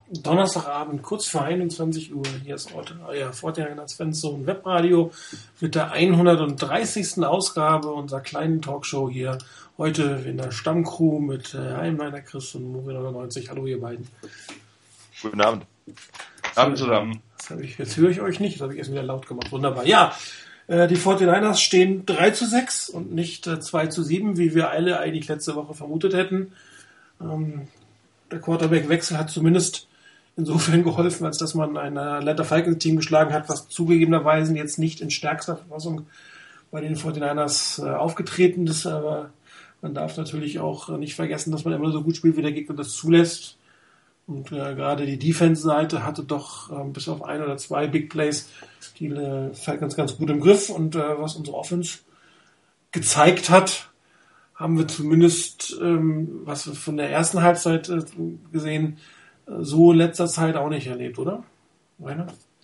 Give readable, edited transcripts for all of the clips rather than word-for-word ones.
Donnerstagabend, kurz vor 21 Uhr. Hier ist euer 49ers Fanzone Webradio mit der 130. Ausgabe unserer kleinen Talkshow hier. Heute in der Stammcrew mit Heimleiner Chris und Mori99. Hallo ihr beiden. Guten Abend. Abend zusammen. Jetzt höre ich euch nicht, das habe ich erst wieder laut gemacht. Wunderbar. Ja, die 49ers stehen 3-6 und nicht 2-7, wie wir alle eigentlich letzte Woche vermutet hätten. Der Quarterback-Wechsel hat zumindest insofern geholfen, als dass man ein Atlanta Falcons-Team geschlagen hat, was zugegebenerweise jetzt nicht in stärkster Verfassung bei den 49ers aufgetreten ist. Aber man darf natürlich auch nicht vergessen, dass man immer so gut spielt, wie der Gegner das zulässt. Und gerade die Defense-Seite hatte doch bis auf 1 oder 2 Big Plays die Falcons ganz gut im Griff. Und was unsere Offense gezeigt hat, haben wir zumindest, was wir von der ersten Halbzeit gesehen, so in letzter Zeit auch nicht erlebt, oder? Rainer?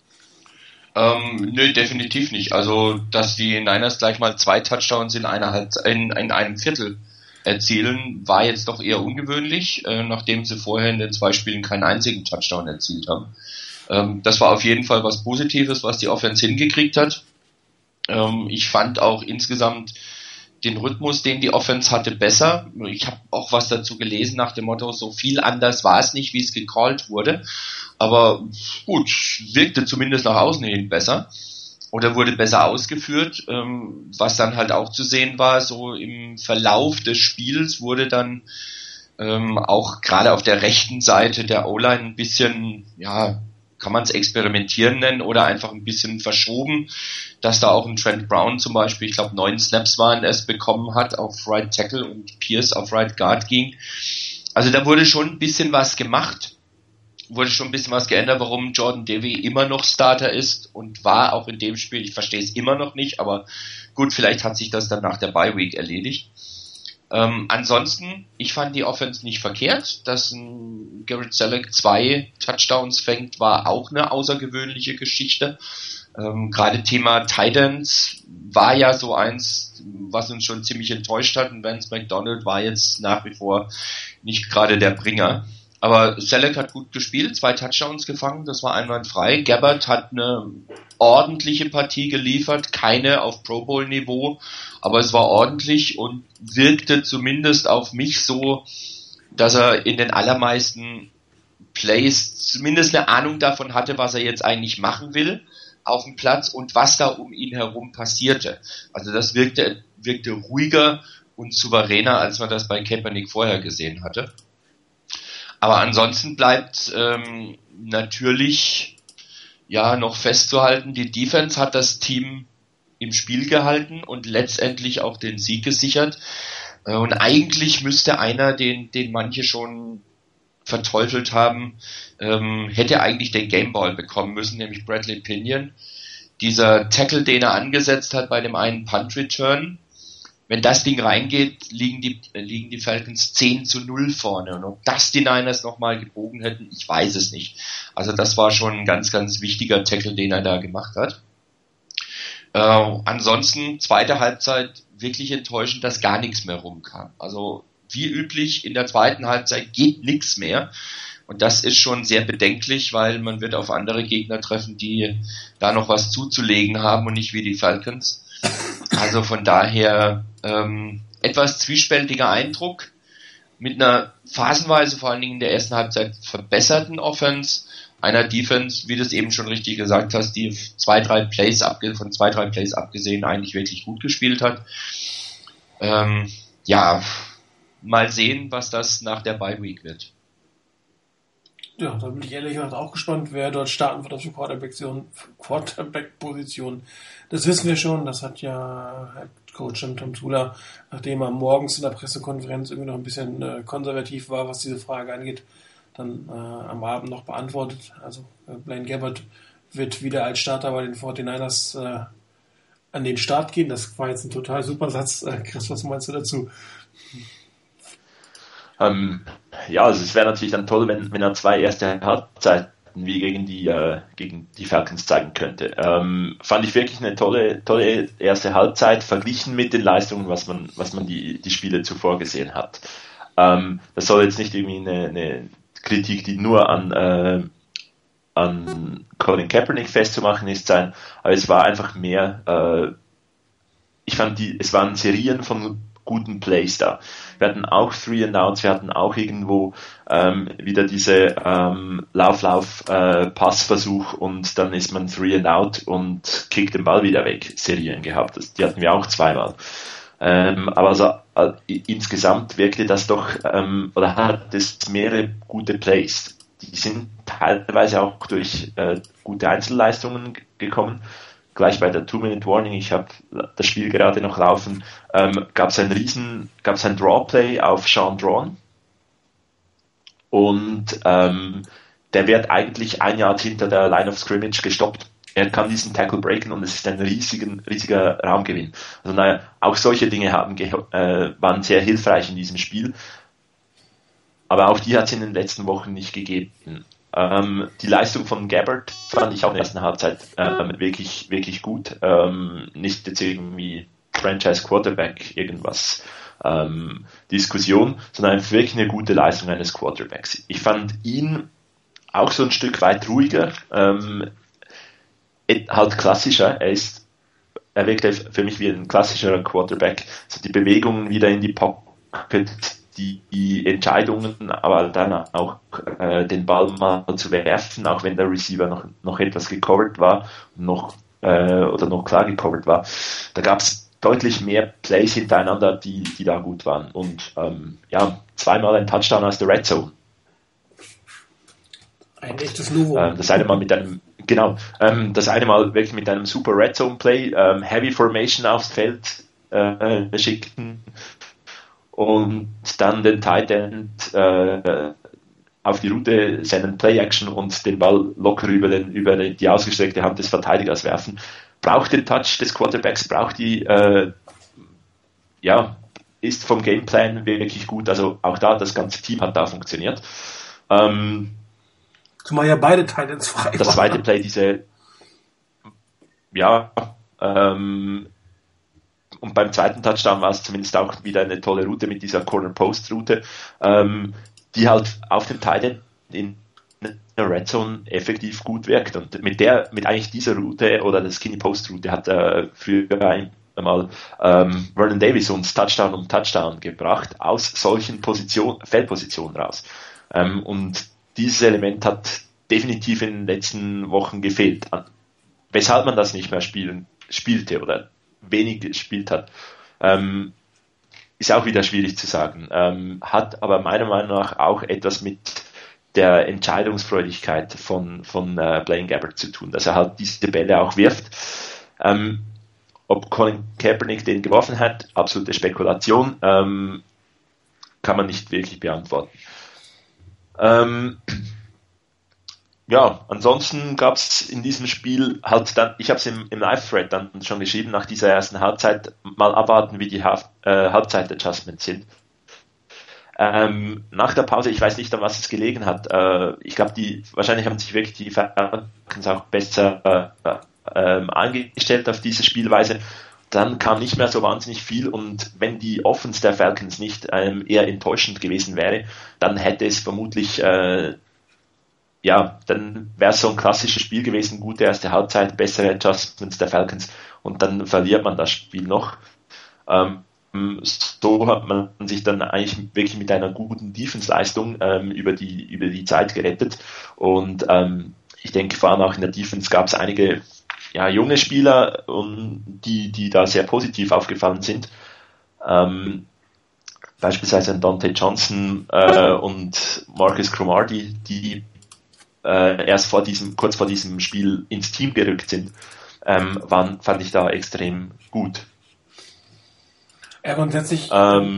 Nö, definitiv nicht. Also, dass die Niners gleich mal 2 Touchdowns in einem Viertel erzielen, war jetzt doch eher ungewöhnlich, nachdem sie vorher in den 2 Spielen keinen einzigen Touchdown erzielt haben. Das war auf jeden Fall was Positives, was die Offense hingekriegt hat. Ich fand auch insgesamt den Rhythmus, den die Offense hatte, besser. Ich habe auch was dazu gelesen nach dem Motto, so viel anders war es nicht, wie es gecallt wurde. Aber gut, wirkte zumindest nach außen hin besser. Oder wurde besser ausgeführt. Was dann halt auch zu sehen war, so im Verlauf des Spiels wurde dann auch gerade auf der rechten Seite der O-Line ein bisschen, ja, kann man es experimentieren nennen oder einfach ein bisschen verschoben, dass da auch ein Trent Brown zum Beispiel, ich glaube 9 Snaps waren es, bekommen hat auf Right Tackle und Pierce auf Right Guard ging. Also da wurde schon ein bisschen was gemacht, wurde schon ein bisschen was geändert, warum Jordan Davey immer noch Starter ist und war auch in dem Spiel. Ich verstehe es immer noch nicht, aber gut, vielleicht hat sich das dann nach der Bye Week erledigt. Ansonsten, ich fand die Offense nicht verkehrt, dass ein Garrett Selleck 2 Touchdowns fängt, war auch eine außergewöhnliche Geschichte. Gerade Thema Titans war ja so eins, was uns schon ziemlich enttäuscht hat, und Vance McDonald war jetzt nach wie vor nicht gerade der Bringer. Aber Selleck hat gut gespielt, 2 Touchdowns gefangen, das war einwandfrei. Gabbard hat eine ordentliche Partie geliefert, keine auf Pro Bowl Niveau, aber es war ordentlich und wirkte zumindest auf mich so, dass er in den allermeisten Plays zumindest eine Ahnung davon hatte, was er jetzt eigentlich machen will auf dem Platz und was da um ihn herum passierte. Also das wirkte ruhiger und souveräner, als man das bei Kaepernick vorher gesehen hatte. Aber ansonsten bleibt natürlich ja noch festzuhalten, die Defense hat das Team im Spiel gehalten und letztendlich auch den Sieg gesichert. Und eigentlich müsste einer, den manche schon verteufelt haben, hätte eigentlich den Gameball bekommen müssen, nämlich Bradley Pinion. Dieser Tackle, den er angesetzt hat bei dem einen Punt-Return, wenn das Ding reingeht, liegen die Falcons 10-0 vorne. Und ob das die Niners nochmal gebogen hätten, ich weiß es nicht. Also das war schon ein ganz, ganz wichtiger Tackle, den er da gemacht hat. Ansonsten, zweite Halbzeit, wirklich enttäuschend, dass gar nichts mehr rumkam. Also wie üblich, in der zweiten Halbzeit geht nichts mehr. Und das ist schon sehr bedenklich, weil man wird auf andere Gegner treffen, die da noch was zuzulegen haben und nicht wie die Falcons. Also von daher etwas zwiespältiger Eindruck mit einer phasenweise, vor allen Dingen in der ersten Halbzeit, verbesserten Offense, einer Defense, wie du es eben schon richtig gesagt hast, die von 2-3 Plays abgesehen eigentlich wirklich gut gespielt hat. Ja, mal sehen, was das nach der Bye Week wird. Ja, da bin ich ehrlich gesagt auch gespannt, wer dort starten wird auf der Quarterback-Position. Das wissen wir schon, das hat ja Head Coach Tom Zula, nachdem er morgens in der Pressekonferenz irgendwie noch ein bisschen konservativ war, was diese Frage angeht, dann am Abend noch beantwortet. Also Blaine Gabbert wird wieder als Starter bei den 49ers an den Start gehen. Das war jetzt ein total super Satz. Chris, was meinst du dazu? Ja, also es wäre natürlich dann toll, wenn er 2 erste Halbzeiten wie gegen die Falcons zeigen könnte. Fand ich wirklich eine tolle erste Halbzeit, verglichen mit den Leistungen, was man die Spiele zuvor gesehen hat. Das soll jetzt nicht irgendwie eine Kritik, die nur an Colin Kaepernick festzumachen ist, sein, aber es war einfach mehr, ich fand es waren Serien von guten Plays da. Wir hatten auch 3-and-Outs, wir hatten auch irgendwo wieder diese Lauf-Passversuch und dann ist man 3-and-Out und kickt den Ball wieder weg. Serien gehabt. Die hatten wir auch zweimal. Aber also, insgesamt wirkte das doch, oder hat es mehrere gute Plays. Die sind teilweise auch durch gute Einzelleistungen gekommen. Gleich bei der 2-Minute-Warning, ich habe das Spiel gerade noch laufen, gab es ein Draw-Play auf Sean Drawn und der wird eigentlich 1 Yard hinter der Line of Scrimmage gestoppt. Er kann diesen Tackle breaken und es ist ein riesiger Raumgewinn. Also naja, auch solche Dinge waren sehr hilfreich in diesem Spiel, aber auch die hat es in den letzten Wochen nicht gegeben. Die Leistung von Gabbert fand ich auch in der ersten Halbzeit wirklich, wirklich gut. Nicht jetzt irgendwie Franchise Quarterback irgendwas Diskussion, sondern einfach wirklich eine gute Leistung eines Quarterbacks. Ich fand ihn auch so ein Stück weit ruhiger, halt klassischer. Er wirkte für mich wie ein klassischerer Quarterback. So die Bewegungen wieder in die Pocket, die Entscheidungen, aber dann auch den Ball mal zu werfen, auch wenn der Receiver noch etwas gecovert war, noch klar gecovert war. Da gab es deutlich mehr Plays hintereinander, die da gut waren. Und zweimal ein Touchdown aus der Red Zone. Ein echtes Novum. Das eine Mal wirklich mit einem super Red Zone Play, Heavy Formation aufs Feld schickten und dann den Tight End auf die Route senden, Play-Action und den Ball locker über die ausgestreckte Hand des Verteidigers werfen. Braucht den Touch des Quarterbacks, ist vom Gameplan wirklich gut. Also auch da, das ganze Team hat da funktioniert. Zumal ja beide Tight Ends frei waren. Das zweite Play, und beim zweiten Touchdown war es zumindest auch wieder eine tolle Route mit dieser Corner-Post-Route, die halt auf dem Tight End in der Red Zone effektiv gut wirkt. Und mit eigentlich dieser Route oder der Skinny-Post-Route hat früher einmal Vernon Davis uns Touchdown um Touchdown gebracht, aus solchen Feldpositionen raus. Und dieses Element hat definitiv in den letzten Wochen gefehlt. Weshalb man das nicht mehr spielte oder wenig gespielt hat, ist auch wieder schwierig zu sagen. Hat aber meiner Meinung nach auch etwas mit der Entscheidungsfreudigkeit von Blaine Gabbert zu tun, dass er halt diese Bälle auch wirft. Ob Colin Kaepernick den geworfen hat, absolute Spekulation, kann man nicht wirklich beantworten. Ansonsten gab es in diesem Spiel halt dann, ich habe es im Live-Thread dann schon geschrieben, nach dieser ersten Halbzeit mal abwarten, wie die Halbzeit-Adjustments sind. Nach der Pause, ich weiß nicht, an was es gelegen hat, ich glaube, wahrscheinlich haben sich wirklich die Falcons auch besser eingestellt auf diese Spielweise. Dann kam nicht mehr so wahnsinnig viel und wenn die Offense der Falcons nicht eher enttäuschend gewesen wäre, dann hätte es vermutlich dann wäre es so ein klassisches Spiel gewesen, gute erste Halbzeit, bessere Adjustments der Falcons und dann verliert man das Spiel noch. So hat man sich dann eigentlich wirklich mit einer guten Defense-Leistung über die Zeit gerettet und ich denke vor allem auch in der Defense gab es einige junge Spieler, die da sehr positiv aufgefallen sind. Beispielsweise ein Dante Johnson und Marcus Cromartie, die erst kurz vor diesem Spiel ins Team gerückt sind, fand ich da extrem gut. Grundsätzlich.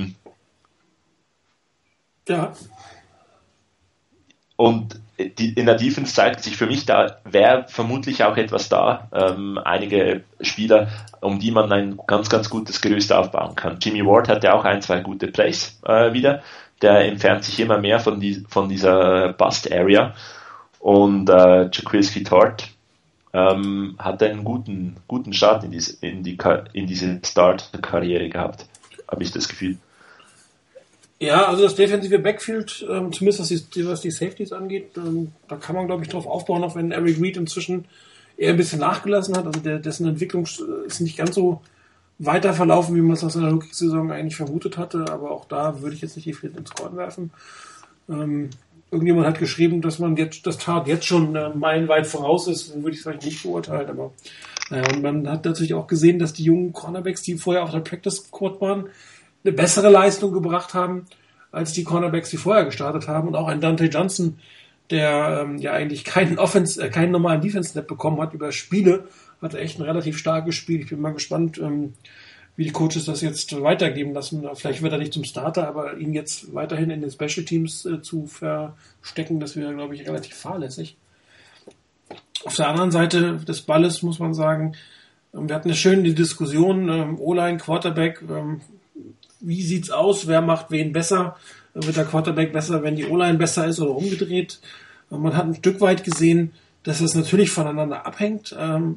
Und in der Defense zeigt sich für mich, da wäre vermutlich auch etwas da, einige Spieler, um die man ein ganz, ganz gutes Gerüst aufbauen kann. Jimmy Ward hatte auch 1-2 gute Plays wieder, der entfernt sich immer mehr von dieser Bust-Area und Jaquiski Tartt hat einen guten Start in diese Start-Karriere gehabt, habe ich das Gefühl. Ja, also das defensive Backfield, zumindest was die Safeties angeht, da kann man, glaube ich, drauf aufbauen, auch wenn Eric Reed inzwischen eher ein bisschen nachgelassen hat. Also dessen Entwicklung ist nicht ganz so weiter verlaufen, wie man es aus seiner Rookie-Saison eigentlich vermutet hatte. Aber auch da würde ich jetzt nicht die Flinte ins Korn werfen. Irgendjemand hat geschrieben, dass das Tat jetzt schon meilenweit voraus ist. Dann würde ich es vielleicht nicht beurteilen. Aber naja, und man hat natürlich auch gesehen, dass die jungen Cornerbacks, die vorher auf der Practice Squad waren, eine bessere Leistung gebracht haben als die Cornerbacks, die vorher gestartet haben. Und auch ein Dante Johnson, der ja eigentlich keinen normalen Defense-Snap bekommen hat über Spiele, hat echt ein relativ starkes Spiel. Ich bin mal gespannt, wie die Coaches das jetzt weitergeben lassen. Vielleicht wird er nicht zum Starter, aber ihn jetzt weiterhin in den Special Teams zu verstecken, das wäre, glaube ich, relativ fahrlässig. Auf der anderen Seite des Balles muss man sagen, wir hatten eine schöne Diskussion, O-Line, Quarterback, wie sieht's aus, wer macht wen besser, wird der Quarterback besser, wenn die O-Line besser ist oder umgedreht. Man hat ein Stück weit gesehen, dass es natürlich voneinander abhängt,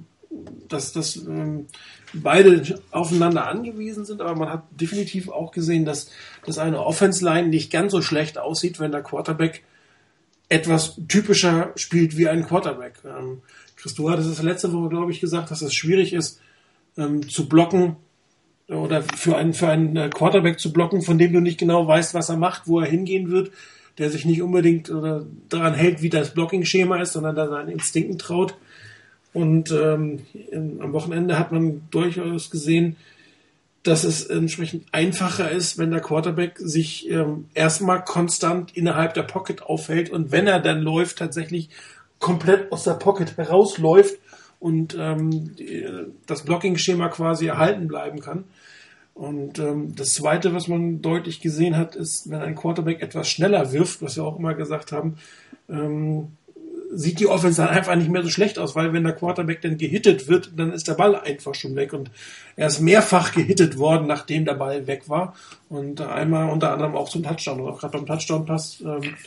dass beide aufeinander angewiesen sind, aber man hat definitiv auch gesehen, dass eine Offense-Line nicht ganz so schlecht aussieht, wenn der Quarterback etwas typischer spielt wie ein Quarterback. Chris, du hattest es letzte Woche, glaube ich, gesagt, dass es schwierig ist, zu blocken oder für einen Quarterback zu blocken, von dem du nicht genau weißt, was er macht, wo er hingehen wird, der sich nicht unbedingt oder daran hält, wie das Blocking-Schema ist, sondern da seinen Instinkten traut. Und am Wochenende hat man durchaus gesehen, dass es entsprechend einfacher ist, wenn der Quarterback sich erstmal konstant innerhalb der Pocket aufhält und wenn er dann läuft, tatsächlich komplett aus der Pocket herausläuft und das Blocking-Schema quasi erhalten bleiben kann. Und das Zweite, was man deutlich gesehen hat, ist, wenn ein Quarterback etwas schneller wirft, was wir auch immer gesagt haben, sieht die Offense dann einfach nicht mehr so schlecht aus, weil wenn der Quarterback dann gehittet wird, dann ist der Ball einfach schon weg und er ist mehrfach gehittet worden, nachdem der Ball weg war und einmal unter anderem auch zum Touchdown oder auch gerade beim Touchdown-Pass,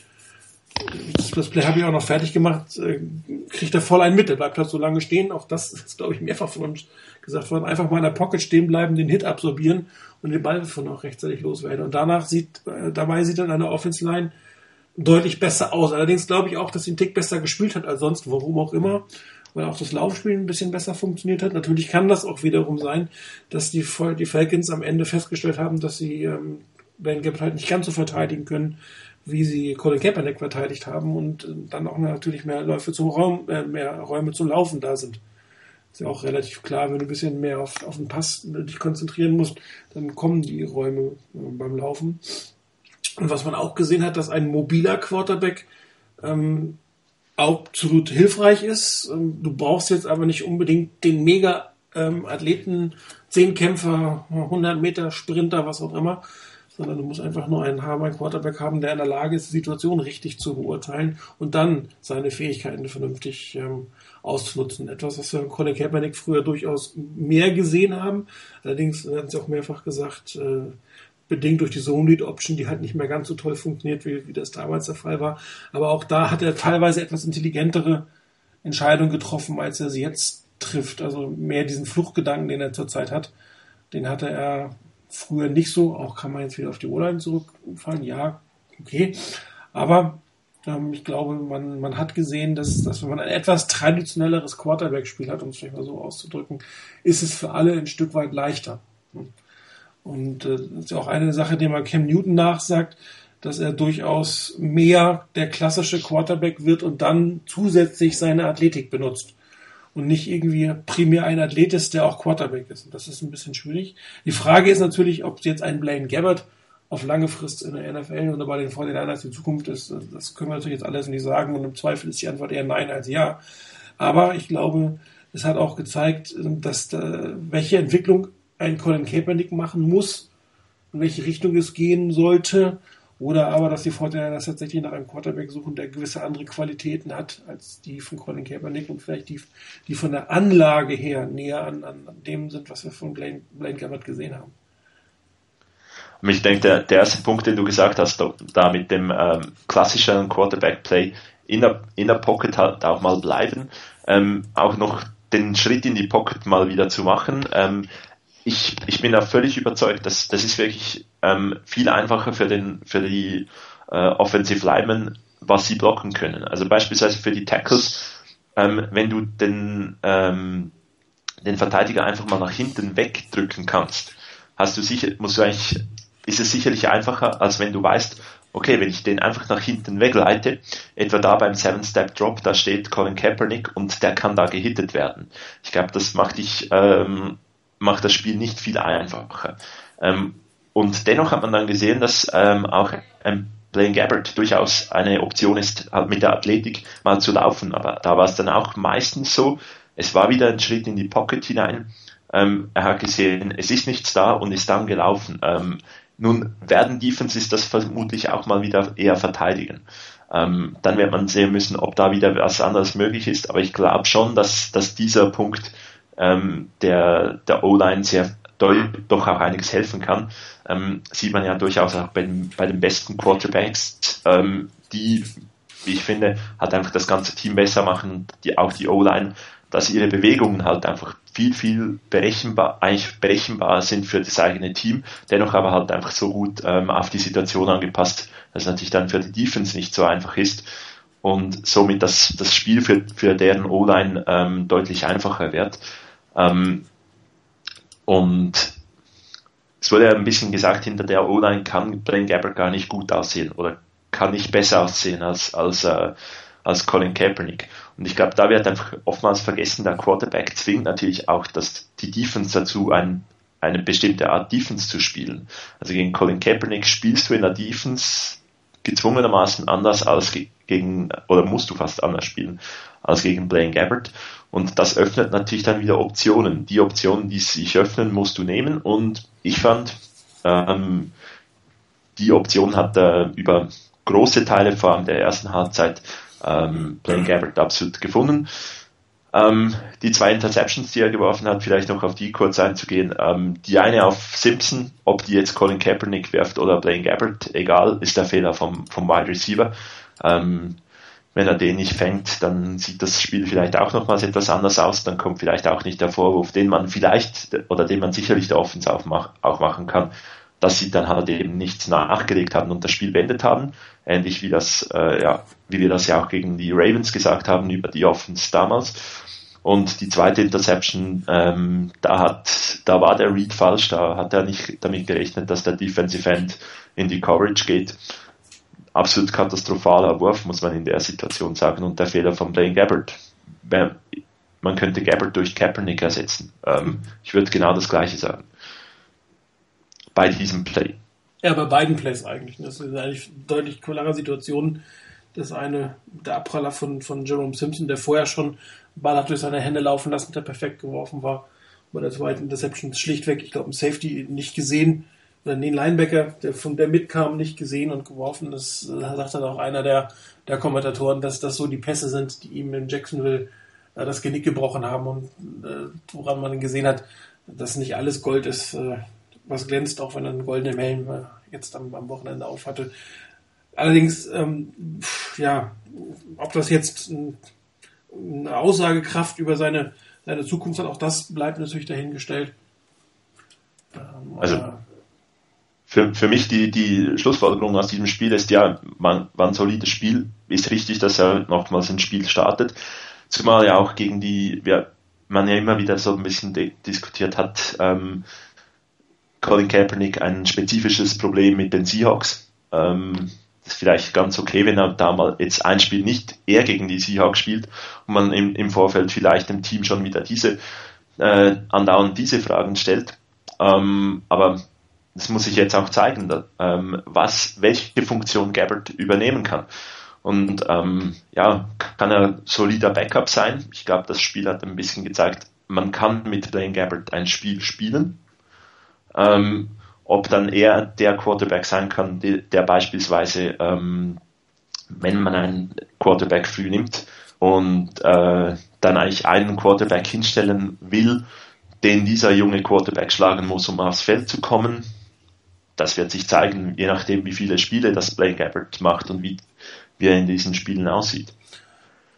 das Play habe ich auch noch fertig gemacht, kriegt er voll einen mit, der bleibt halt so lange stehen, auch das ist, glaube ich, mehrfach von uns gesagt worden, einfach mal in der Pocket stehen bleiben, den Hit absorbieren und den Ball von auch rechtzeitig loswerden und dabei sieht dann eine Offense-Line deutlich besser aus. Allerdings glaube ich auch, dass sie einen Tick besser gespielt hat als sonst, warum auch immer, weil auch das Laufspiel ein bisschen besser funktioniert hat. Natürlich kann das auch wiederum sein, dass die Falcons am Ende festgestellt haben, dass sie Blaine Gabbert halt nicht ganz so verteidigen können, wie sie Colin Kaepernick verteidigt haben und dann auch natürlich mehr Läufe mehr Räume zum Laufen da sind. Ist ja auch relativ klar, wenn du ein bisschen mehr auf den Pass dich konzentrieren musst, dann kommen die Räume beim Laufen. Und was man auch gesehen hat, dass ein mobiler Quarterback absolut hilfreich ist. Du brauchst jetzt aber nicht unbedingt den Mega-Athleten, 10-Kämpfer, 100 Meter Sprinter, was auch immer, sondern du musst einfach nur einen Quarterback haben, der in der Lage ist, die Situation richtig zu beurteilen und dann seine Fähigkeiten vernünftig auszunutzen. Etwas, was wir in Colin Kaepernick früher durchaus mehr gesehen haben. Allerdings hatten sie auch mehrfach gesagt, bedingt durch die Zone-Read-Option, die halt nicht mehr ganz so toll funktioniert, wie das damals der Fall war. Aber auch da hat er teilweise etwas intelligentere Entscheidungen getroffen, als er sie jetzt trifft. Also mehr diesen Fluchtgedanken, den er zurzeit hat, den hatte er früher nicht so. Auch kann man jetzt wieder auf die O-Line zurückfallen. Ja, okay. Aber ich glaube, man hat gesehen, dass wenn man ein etwas traditionelleres Quarterback-Spiel hat, um es vielleicht mal so auszudrücken, ist es für alle ein Stück weit leichter. Und das ist ja auch eine Sache, die man Cam Newton nachsagt, dass er durchaus mehr der klassische Quarterback wird und dann zusätzlich seine Athletik benutzt. Und nicht irgendwie primär ein Athlet ist, der auch Quarterback ist. Und das ist ein bisschen schwierig. Die Frage ist natürlich, ob jetzt ein Blaine Gabbert auf lange Frist in der NFL oder bei den 49ers die Zukunft ist. Das können wir natürlich jetzt alles nicht sagen. Und im Zweifel ist die Antwort eher nein als ja. Aber ich glaube, es hat auch gezeigt, dass welche Entwicklung ein Colin Kaepernick machen muss, in welche Richtung es gehen sollte, oder aber, dass die 49ers tatsächlich nach einem Quarterback suchen, der gewisse andere Qualitäten hat, als die von Colin Kaepernick und vielleicht die von der Anlage her näher an dem sind, was wir von Blaine Gabbert gesehen haben. Und ich denke, der erste Punkt, den du gesagt hast, da mit dem klassischen Quarterback-Play in der Pocket halt auch mal bleiben, auch noch den Schritt in die Pocket mal wieder zu machen, ich bin da völlig überzeugt, dass das ist wirklich viel einfacher für die Offensive Linemen, was sie blocken können. Also beispielsweise für die Tackles, wenn du den Verteidiger einfach mal nach hinten wegdrücken kannst, ist es sicherlich einfacher, als wenn du weißt, okay, wenn ich den einfach nach hinten wegleite, etwa da beim 7-Step-Drop, da steht Colin Kaepernick und der kann da gehittet werden. Ich glaube, das macht das Spiel nicht viel einfacher. Und dennoch hat man dann gesehen, dass auch Blaine Gabbert durchaus eine Option ist, halt mit der Athletik mal zu laufen. Aber da war es dann auch meistens so, es war wieder ein Schritt in die Pocket hinein. Er hat gesehen, es ist nichts da und ist dann gelaufen. Nun werden Defenses das vermutlich auch mal wieder eher verteidigen. Dann wird man sehen müssen, ob da wieder was anderes möglich ist. Aber ich glaube schon, dass dieser Punkt der O-Line doch auch einiges helfen kann. Sieht man ja durchaus auch bei den besten Quarterbacks, die, wie ich finde, halt einfach das ganze Team besser machen, auch die O-Line, dass ihre Bewegungen halt einfach viel berechenbar sind für das eigene Team, dennoch aber halt einfach so gut auf die Situation angepasst, dass es natürlich dann für die Defense nicht so einfach ist und somit das Spiel für deren O-Line deutlich einfacher wird. Und es wurde ja ein bisschen gesagt, hinter der O-Line kann Blaine Gabbert gar nicht gut aussehen oder kann nicht besser aussehen als Colin Kaepernick. Und ich glaube, da wird einfach oftmals vergessen, der Quarterback zwingt natürlich auch die Defense dazu, eine bestimmte Art Defense zu spielen. Also gegen Colin Kaepernick spielst du in der Defense gezwungenermaßen anders oder musst du fast anders spielen als gegen Blaine Gabbert. Und das öffnet natürlich dann wieder Optionen. Die Optionen, die sich öffnen, musst du nehmen. Und ich fand, die Option hat über große Teile, vor allem der ersten Halbzeit, Blaine Gabbert absolut gefunden. Die 2 Interceptions, die er geworfen hat, vielleicht noch auf die kurz einzugehen. Die eine auf Simpson, ob die jetzt Colin Kaepernick werft oder Blaine Gabbert, egal, ist der Fehler vom Wide Receiver. Wenn er den nicht fängt, dann sieht das Spiel vielleicht auch nochmals etwas anders aus. Dann kommt vielleicht auch nicht der Vorwurf, den man sicherlich der Offense auch machen kann, dass sie dann halt eben nichts nachgelegt haben und das Spiel beendet haben. Ähnlich wie wir das ja auch gegen die Ravens gesagt haben über die Offense damals. Und die zweite Interception, da war der Read falsch, da hat er nicht damit gerechnet, dass der Defensive End in die Coverage geht. Absolut katastrophaler Wurf, muss man in der Situation sagen, und der Fehler von Blaine Gabbert. Man könnte Gabbert durch Kaepernick ersetzen. Ich würde genau das Gleiche sagen. Bei diesem Play. Ja, bei beiden Plays eigentlich. Das ist eigentlich deutlich klare Situationen. Das eine, der Abpraller von Jerome Simpson, der vorher schon Ball hat durch seine Hände laufen lassen, der perfekt geworfen war. Bei der zweiten Interception schlichtweg, ich glaube, ein Safety nicht gesehen, oder den Linebacker, der mitkam, nicht gesehen und geworfen. Das sagt dann auch einer der Kommentatoren, dass das so die Pässe sind, die ihm in Jacksonville das Genick gebrochen haben und woran man gesehen hat, dass nicht alles Gold ist, was glänzt, auch wenn er einen goldenen Helm jetzt am Wochenende aufhatte. Allerdings, ob das jetzt eine Aussagekraft über seine Zukunft hat, auch das bleibt natürlich dahingestellt. Also für mich die Schlussfolgerung aus diesem Spiel ist, ja, war ein solides Spiel. Ist richtig, dass er nochmals ein Spiel startet. Zumal ja auch gegen man ja immer wieder so ein bisschen diskutiert hat, Colin Kaepernick ein spezifisches Problem mit den Seahawks. Ist vielleicht ganz okay, wenn er da mal jetzt ein Spiel nicht eher gegen die Seahawks spielt und man im Vorfeld vielleicht dem Team schon wieder andauernd diese Fragen stellt. Aber das muss sich jetzt auch zeigen, welche Funktion Gabbert übernehmen kann. Und kann er solider Backup sein. Ich glaube, das Spiel hat ein bisschen gezeigt, man kann mit Blaine Gabbert ein Spiel spielen. Ob dann er der Quarterback sein kann, der beispielsweise, wenn man einen Quarterback früh nimmt und dann eigentlich einen Quarterback hinstellen will, den dieser junge Quarterback schlagen muss, um aufs Feld zu kommen. Das wird sich zeigen, je nachdem, wie viele Spiele das Blaine Gabbert macht und wie er in diesen Spielen aussieht.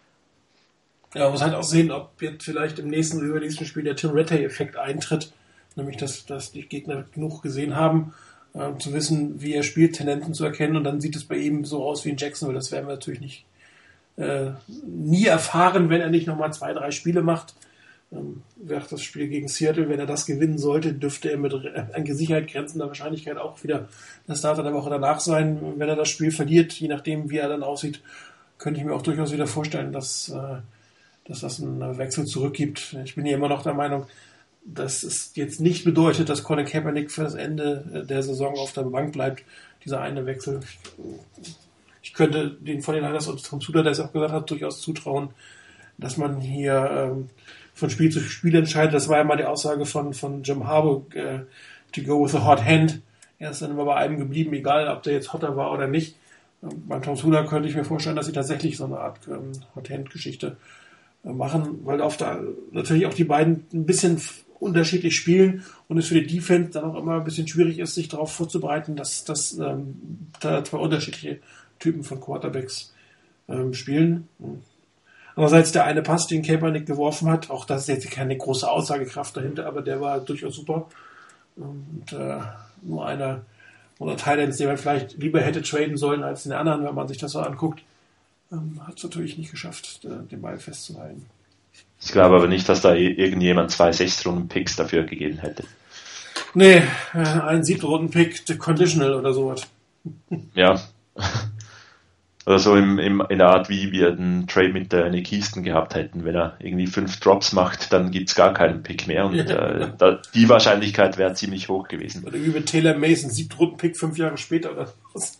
Ja, man muss halt auch sehen, ob jetzt vielleicht im übernächsten Spiel der Tim Rattay-Effekt eintritt, Nämlich, dass die Gegner genug gesehen haben, zu wissen, wie er spielt, Tendenzen zu erkennen. Und dann sieht es bei ihm so aus wie in Jacksonville. Das werden wir natürlich nie erfahren, wenn er nicht nochmal 2-3 Spiele macht. Wäre das Spiel gegen Seattle, wenn er das gewinnen sollte, dürfte er mit an Sicherheit grenzender Wahrscheinlichkeit auch wieder der Starter der Woche danach sein. Wenn er das Spiel verliert, je nachdem, wie er dann aussieht, könnte ich mir auch durchaus wieder vorstellen, dass das einen Wechsel zurückgibt. Ich bin ja immer noch der Meinung, dass es jetzt nicht bedeutet, dass Colin Kaepernick für das Ende der Saison auf der Bank bleibt. Dieser eine Wechsel. Ich könnte den von den Niners und Tom Sula, der es auch gesagt hat, durchaus zutrauen, dass man hier von Spiel zu Spiel entscheidet. Das war ja mal die Aussage von Jim Harbaugh, to go with a hot hand. Er ist dann immer bei einem geblieben, egal ob der jetzt hotter war oder nicht. Beim Tom Sula könnte ich mir vorstellen, dass sie tatsächlich so eine Art Hot Hand Geschichte machen, weil natürlich auch die beiden ein bisschen unterschiedlich spielen und es für die Defense dann auch immer ein bisschen schwierig ist, sich darauf vorzubereiten, dass da zwei unterschiedliche Typen von Quarterbacks spielen. Andererseits der eine Pass, den Kaepernick geworfen hat, auch das ist jetzt keine große Aussagekraft dahinter, aber der war durchaus super. Und nur einer oder Thailands, den man vielleicht lieber hätte traden sollen als den anderen, wenn man sich das so anguckt, hat es natürlich nicht geschafft, den Ball festzuhalten. Ich glaube aber nicht, dass da irgendjemand 2 6-Runden-Picks dafür gegeben hätte. Nee, ein 7-Runden-Pick, the conditional oder sowas. Ja. Oder so in der Art, wie wir den Trade mit Nick Easton gehabt hätten. Wenn er irgendwie 5 Drops macht, dann gibt's gar keinen Pick mehr. Und die Wahrscheinlichkeit wäre ziemlich hoch gewesen. Oder wie mit Taylor Mason, 7-Runden-Pick 5 Jahre später oder was.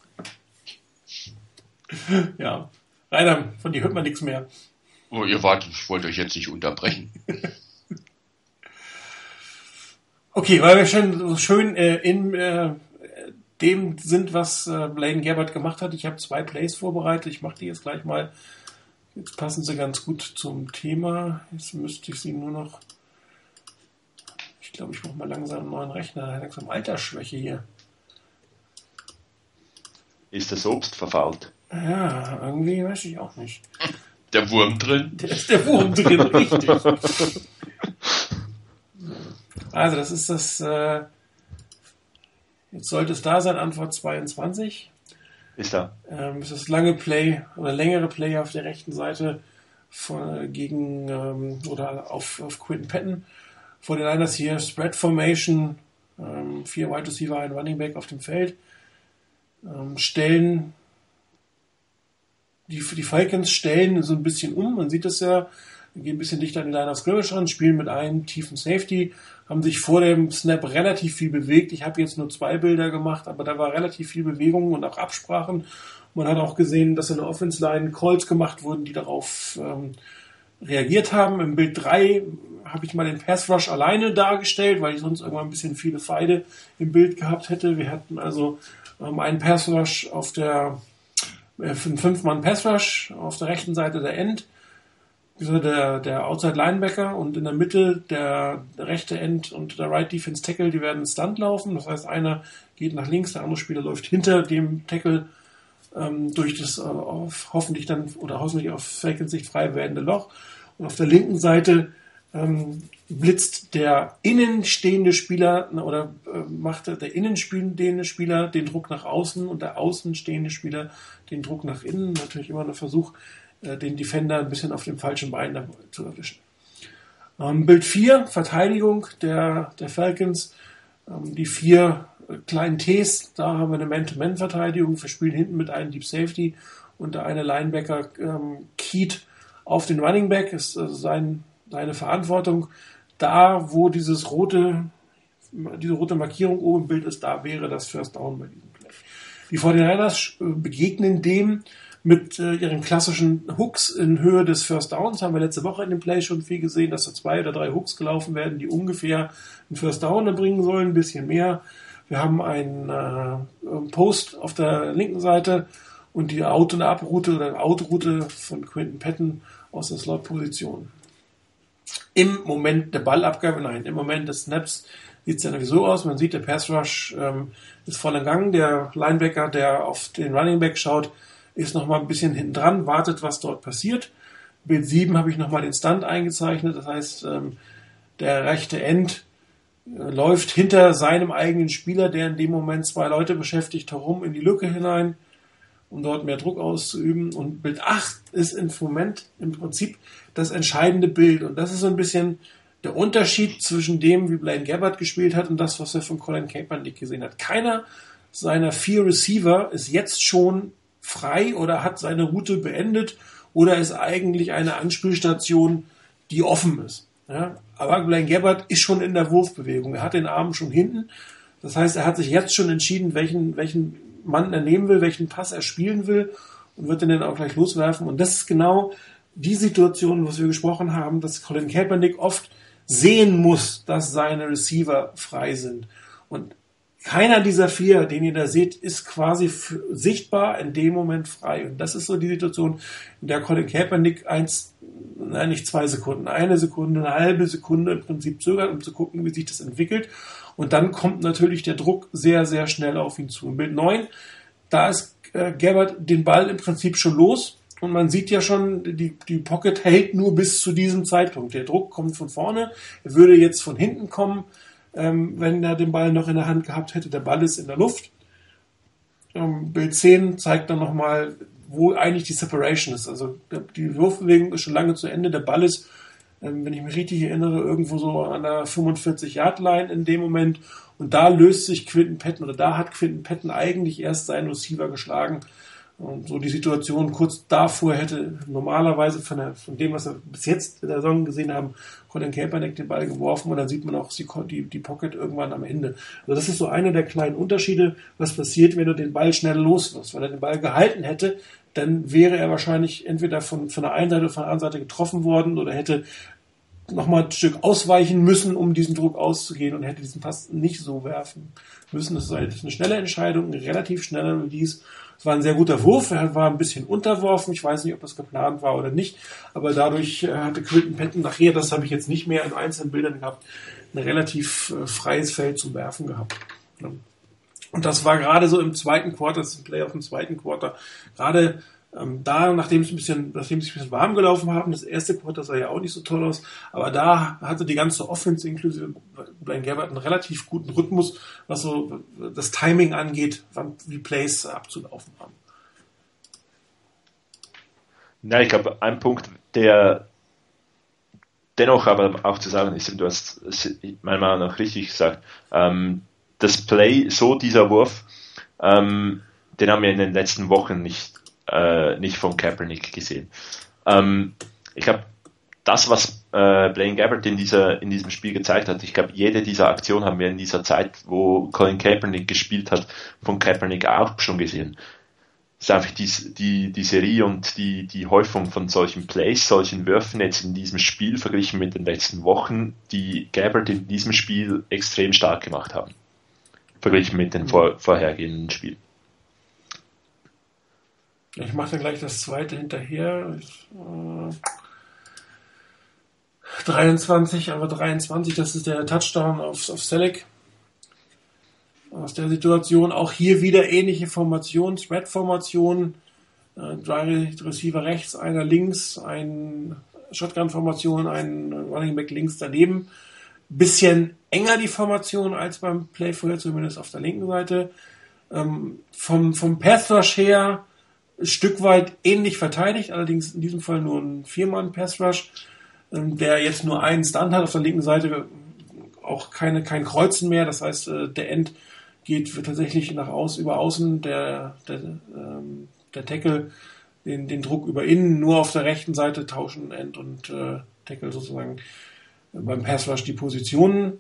Ja, leider, von dir hört man nichts mehr. Oh, ihr wartet, ich wollte euch jetzt nicht unterbrechen. Okay, weil wir schon so schön in dem sind, was Blaine Gabbert gemacht hat. Ich habe 2 Plays vorbereitet. Ich mache die jetzt gleich mal. Jetzt passen sie ganz gut zum Thema. Jetzt müsste ich sie nur noch... Ich glaube, ich brauche mal langsam einen neuen Rechner. Langsam Altersschwäche hier. Ist das Obst verfault? Ja, irgendwie weiß ich auch nicht. Der Wurm drin? Da ist der Wurm drin, richtig. Also, das ist das... Jetzt sollte es da sein, Antwort 22. Ist da. Es ist lange Play oder längere Play auf der rechten Seite gegen oder auf Quinton Patton. Vor den Niners hier Spread Formation, 4 Wide Receiver, ein Running Back auf dem Feld. Die Falcons stellen so ein bisschen um, man sieht das ja, gehen ein bisschen dichter an die Line of Scrimmage ran, spielen mit einem tiefen Safety, haben sich vor dem Snap relativ viel bewegt. Ich habe jetzt nur 2 Bilder gemacht, aber da war relativ viel Bewegung und auch Absprachen. Man hat auch gesehen, dass in der Offense-Line Calls gemacht wurden, die darauf reagiert haben. Im Bild 3 habe ich mal den Pass-Rush alleine dargestellt, weil ich sonst irgendwann ein bisschen viele Feinde im Bild gehabt hätte. Wir hatten also einen Pass-Rush auf der für einen 5-Mann-Pass-Rush auf der rechten Seite der End, der Outside-Linebacker und in der Mitte der rechte End und der Right Defense Tackle, die werden Stunt laufen. Das heißt, einer geht nach links, der andere Spieler läuft hinter dem Tackle durch das hoffentlich auf Falcons Sicht frei werdende Loch. Und auf der linken Seite blitzt der innenstehende Spieler macht der innenstehende Spieler den Druck nach außen und der außenstehende Spieler den Druck nach innen. Natürlich immer ein Versuch, den Defender ein bisschen auf dem falschen Bein zu erwischen. Bild 4, Verteidigung der Falcons. Die 4 kleinen Ts, da haben wir eine Man-to-Man-Verteidigung. Wir spielen hinten mit einem Deep Safety und der eine Linebacker keyt auf den Running Back, ist also seine Verantwortung. Da, wo diese rote Markierung oben im Bild ist, da wäre das First Down bei diesem Play. Die 49ers begegnen dem mit ihren klassischen Hooks in Höhe des First Downs. Haben wir letzte Woche in dem Play schon viel gesehen, dass da 2 oder 3 Hooks gelaufen werden, die ungefähr einen First Down bringen sollen, ein bisschen mehr. Wir haben einen Post auf der linken Seite und die Out- und Abroute oder Out-Route von Quinton Patton aus der Slot-Position. Im Moment der Ballabgabe, im Moment des Snaps sieht es ja sowieso aus. Man sieht, der Pass-Rush ist voll in Gang. Der Linebacker, der auf den Running Back schaut, ist nochmal ein bisschen hinten dran, wartet, was dort passiert. Bild 7 habe ich nochmal den Stunt eingezeichnet. Das heißt, der rechte End läuft hinter seinem eigenen Spieler, der in dem Moment 2 Leute beschäftigt, herum in die Lücke hinein, um dort mehr Druck auszuüben. Und Bild 8 ist im Moment im Prinzip das entscheidende Bild. Und das ist so ein bisschen der Unterschied zwischen dem, wie Blaine Gabbert gespielt hat und das, was er von Colin Kaepernick gesehen hat. Keiner seiner 4 Receiver ist jetzt schon frei oder hat seine Route beendet oder ist eigentlich eine Anspielstation, die offen ist. Ja? Aber Blaine Gabbert ist schon in der Wurfbewegung. Er hat den Arm schon hinten. Das heißt, er hat sich jetzt schon entschieden, welchen Mann er nehmen will, welchen Pass er spielen will und wird den dann auch gleich loswerfen. Und das ist genau die Situation, was wir gesprochen haben, dass Colin Kaepernick oft sehen muss, dass seine Receiver frei sind. Und keiner dieser 4, den ihr da seht, ist quasi sichtbar in dem Moment frei. Und das ist so die Situation, in der Colin Kaepernick nicht 2 Sekunden, 1 Sekunde, eine halbe Sekunde im Prinzip zögert, um zu gucken, wie sich das entwickelt. Und dann kommt natürlich der Druck sehr, sehr schnell auf ihn zu. In Bild 9, da ist Gabbert den Ball im Prinzip schon los. Und man sieht ja schon, die Pocket hält nur bis zu diesem Zeitpunkt. Der Druck kommt von vorne. Er würde jetzt von hinten kommen, wenn er den Ball noch in der Hand gehabt hätte. Der Ball ist in der Luft. Bild 10 zeigt dann nochmal, wo eigentlich die Separation ist. Also die Wurfbewegung ist schon lange zu Ende. Der Ball ist, wenn ich mich richtig erinnere, irgendwo so an der 45-Yard-Line in dem Moment. Und da löst sich Quinton Patton, oder da hat Quinton Patton eigentlich erst seinen Receiver geschlagen. Und so die Situation kurz davor hätte normalerweise von dem, was wir bis jetzt in der Saison gesehen haben, Colin Kaepernick den Ball geworfen und dann sieht man auch die Pocket irgendwann am Ende. Also das ist so einer der kleinen Unterschiede, was passiert, wenn du den Ball schnell loswirst. Wenn er den Ball gehalten hätte, dann wäre er wahrscheinlich entweder von der einen Seite oder von der anderen Seite getroffen worden oder hätte nochmal ein Stück ausweichen müssen, um diesen Druck auszugehen und hätte diesen Pass nicht so werfen müssen. Das ist eine schnelle Entscheidung, ein relativ schneller Release. Es war ein sehr guter Wurf, er war ein bisschen unterworfen, ich weiß nicht, ob das geplant war oder nicht, aber dadurch hatte Quinton Patton nachher, das habe ich jetzt nicht mehr in einzelnen Bildern gehabt, ein relativ freies Feld zum Werfen gehabt. Und das war gerade so im zweiten Quarter, das ist ein Play auf dem zweiten Quarter, gerade da, nachdem sie ein bisschen warm gelaufen haben, das erste Quarter sah ja auch nicht so toll aus, aber da hatte die ganze Offense inklusive Blaine Gabbert einen relativ guten Rhythmus, was so das Timing angeht, wie Plays abzulaufen haben. Ja, ich glaube, ein Punkt, der dennoch aber auch zu sagen ist, und du hast meiner Meinung nach richtig gesagt, das Play, so dieser Wurf, den haben wir in den letzten Wochen nicht von Kaepernick gesehen. Ich glaube, das, was Blaine Gabbert in diesem Spiel gezeigt hat, ich glaube, jede dieser Aktionen haben wir in dieser Zeit, wo Colin Kaepernick gespielt hat, von Kaepernick auch schon gesehen. Es ist einfach die Serie und die Häufung von solchen Plays, solchen Würfen jetzt in diesem Spiel verglichen mit den letzten Wochen, die Gabbert in diesem Spiel extrem stark gemacht haben. Verglichen mit den vorhergehenden Spielen. Ich mache dann gleich das zweite hinterher. 23, das ist der Touchdown auf Selleck. Aus der Situation auch hier wieder ähnliche Formation, Spread-Formation, 3 Receiver rechts, einer links, ein Shotgun-Formation, ein Running Back links daneben. Bisschen enger die Formation als beim Play vorher, zumindest auf der linken Seite. Vom Pass-Rush her ein Stück weit ähnlich verteidigt, allerdings in diesem Fall nur ein 4-Mann-Pass-Rush, der jetzt nur einen Stunt hat. Auf der linken Seite auch kein Kreuzen mehr, das heißt, der End geht tatsächlich über außen, der Tackle den Druck über innen, nur auf der rechten Seite tauschen End und Tackle sozusagen beim Pass-Rush die Positionen.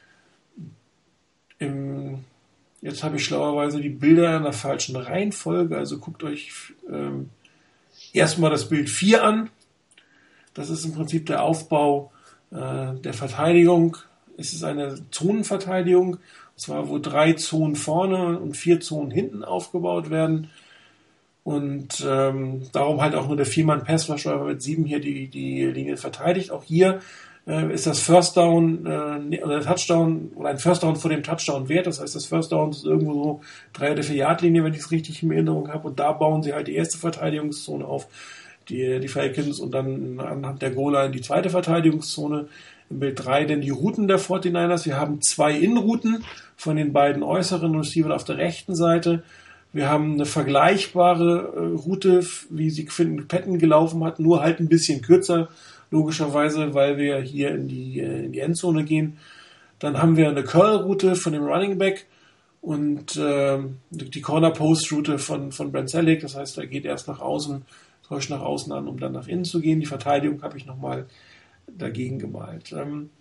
Jetzt habe ich schlauerweise die Bilder in der falschen Reihenfolge, also guckt euch erstmal das Bild 4 an. Das ist im Prinzip der Aufbau der Verteidigung. Es ist eine Zonenverteidigung, und zwar wo 3 Zonen vorne und 4 Zonen hinten aufgebaut werden. Und darum halt auch nur der 4-Mann-Pass-Rush, weil mit 7 hier die Linie verteidigt. Auch hier ist das First Down oder der Touchdown oder ein First Down vor dem Touchdown wert. Das heißt, das First Down ist irgendwo so 3 oder 4 Yard Linie, wenn ich es richtig in Erinnerung habe. Und da bauen sie halt die erste Verteidigungszone auf. die Falcons und dann anhand der Goal-Line die zweite Verteidigungszone. Im Bild 3 denn die Routen der 49ers. Wir haben 2 Innenrouten von den beiden äußeren Receivern auf der rechten Seite. Wir haben eine vergleichbare Route, wie sie Quinton Patton gelaufen hat, nur halt ein bisschen kürzer, logischerweise, weil wir hier in die Endzone gehen. Dann haben wir eine Curl-Route von dem Running Back und die Corner-Post-Route von Brent Celek. Das heißt, er geht erst nach außen, täuscht nach außen an, um dann nach innen zu gehen. Die Verteidigung habe ich nochmal dagegen gemalt.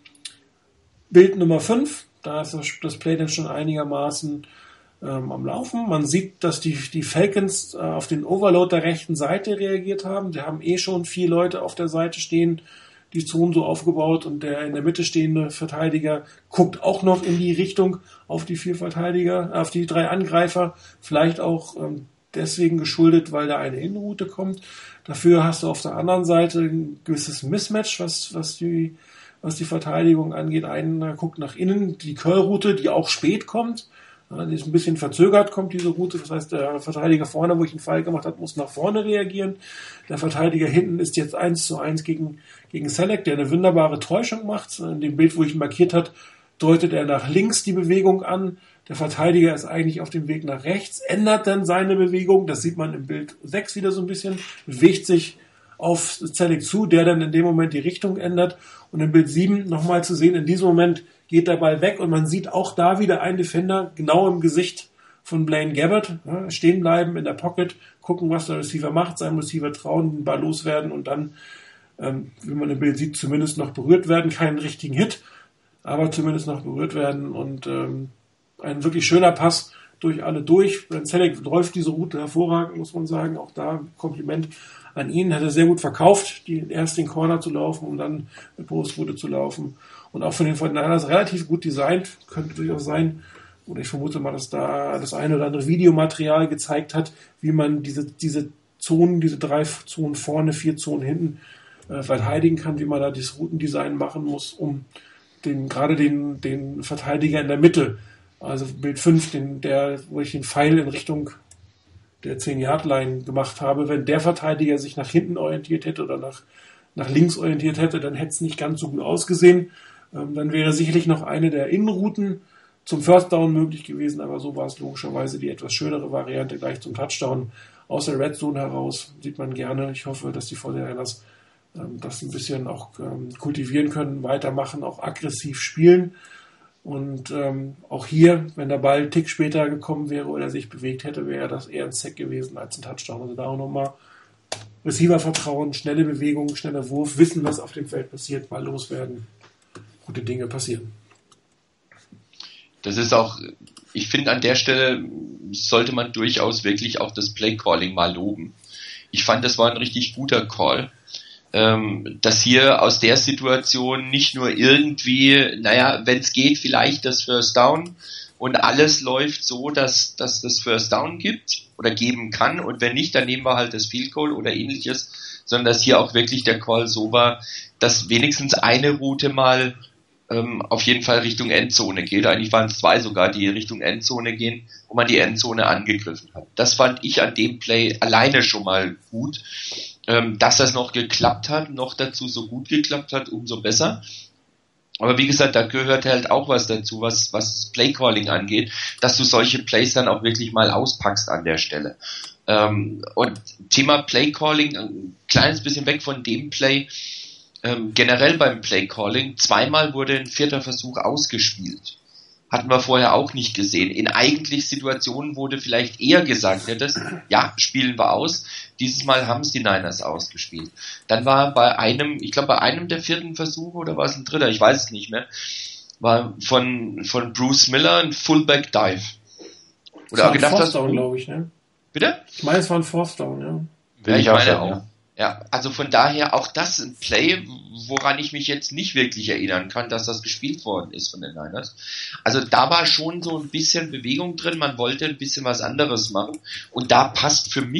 Bild Nummer 5, da ist das Play dann schon einigermaßen am Laufen. Man sieht, dass die Falcons auf den Overload der rechten Seite reagiert haben. Sie haben schon 4 Leute auf der Seite stehen, die Zonen so aufgebaut und der in der Mitte stehende Verteidiger guckt auch noch in die Richtung auf die 4 Verteidiger, auf die 3 Angreifer, vielleicht auch deswegen geschuldet, weil da eine Innenroute kommt. Dafür hast du auf der anderen Seite ein gewisses Mismatch, was die Verteidigung angeht. Einer guckt nach innen, die Curl-Route, die auch spät kommt. Ja, die ist ein bisschen verzögert, kommt diese Route. Das heißt, der Verteidiger vorne, wo ich einen Fall gemacht habe, muss nach vorne reagieren. Der Verteidiger hinten ist jetzt 1:1 gegen Celek, der eine wunderbare Täuschung macht. In dem Bild, wo ich ihn markiert habe, deutet er nach links die Bewegung an. Der Verteidiger ist eigentlich auf dem Weg nach rechts, ändert dann seine Bewegung. Das sieht man im Bild 6 wieder so ein bisschen. Bewegt sich auf Celek zu, der dann in dem Moment die Richtung ändert. Und im Bild 7 nochmal zu sehen, in diesem Moment geht der Ball weg und man sieht auch da wieder einen Defender genau im Gesicht von Blaine Gabbert, ja, stehen bleiben in der Pocket, gucken, was der Receiver macht, seinem Receiver trauen, den Ball loswerden und dann, wie man im Bild sieht, zumindest noch berührt werden. Keinen richtigen Hit, aber zumindest noch berührt werden und ein wirklich schöner Pass durch alle durch. Brent Celek läuft diese Route hervorragend, muss man sagen. Auch da Kompliment an ihn. Hat er sehr gut verkauft, erst den Corner zu laufen und dann eine Postroute zu laufen. Und auch von den 49ers relativ gut designt. Könnte durchaus sein, oder ich vermute mal, dass da das eine oder andere Videomaterial gezeigt hat, wie man diese Zonen, diese 3 Zonen vorne, 4 Zonen hinten verteidigen kann, wie man da das Routendesign machen muss, um gerade den Verteidiger in der Mitte, also Bild 5, wo ich den Pfeil in Richtung der 10-Yard-Line gemacht habe, wenn der Verteidiger sich nach hinten orientiert hätte oder nach links orientiert hätte, dann hätte es nicht ganz so gut ausgesehen. Dann wäre sicherlich noch eine der Innenrouten zum First Down möglich gewesen, aber so war es logischerweise die etwas schönere Variante gleich zum Touchdown. Aus der Red Zone heraus sieht man gerne. Ich hoffe, dass die 49ers das ein bisschen auch kultivieren können, weitermachen, auch aggressiv spielen. Und auch hier, wenn der Ball einen Tick später gekommen wäre oder sich bewegt hätte, wäre das eher ein Sack gewesen als ein Touchdown. Also da auch nochmal Receiver-Vertrauen, schnelle Bewegung, schneller Wurf, wissen, was auf dem Feld passiert, Ball loswerden, gute Dinge passieren. Das ist auch, ich finde, an der Stelle sollte man durchaus wirklich auch das Play-Calling mal loben. Ich fand, das war ein richtig guter Call. Dass hier aus der Situation nicht nur irgendwie, wenn es geht, vielleicht das First Down und alles läuft so, dass das First Down gibt oder geben kann und wenn nicht, dann nehmen wir halt das Field Goal oder ähnliches, sondern dass hier auch wirklich der Call so war, dass wenigstens eine Route mal auf jeden Fall Richtung Endzone geht. Eigentlich waren es 2 sogar, die Richtung Endzone gehen, wo man die Endzone angegriffen hat. Das fand ich an dem Play alleine schon mal gut. Dass das noch geklappt hat, noch dazu so gut geklappt hat, umso besser. Aber wie gesagt, da gehört halt auch was dazu, was Playcalling angeht, dass du solche Plays dann auch wirklich mal auspackst an der Stelle. Und Thema Playcalling, ein kleines bisschen weg von dem Play, generell beim Playcalling, 2-mal wurde ein 4. Versuch ausgespielt. Hatten wir vorher auch nicht gesehen. In eigentlich Situationen wurde vielleicht eher gesagt, ja, spielen wir aus. Dieses Mal haben es die Niners ausgespielt. Dann war bei einem der 4. Versuche oder war es ein 3., ich weiß es nicht mehr, war von Bruce Miller ein Fullback Dive. Oder das war ein Fourth Down, glaube ich, ne? Bitte? Ich meine, es war ein Fourth Down, ja. Ja, ich meine auch. Ja, also von daher auch das ein Play, woran ich mich jetzt nicht wirklich erinnern kann, dass das gespielt worden ist von den Niners. Also da war schon so ein bisschen Bewegung drin, man wollte ein bisschen was anderes machen und da passt für mich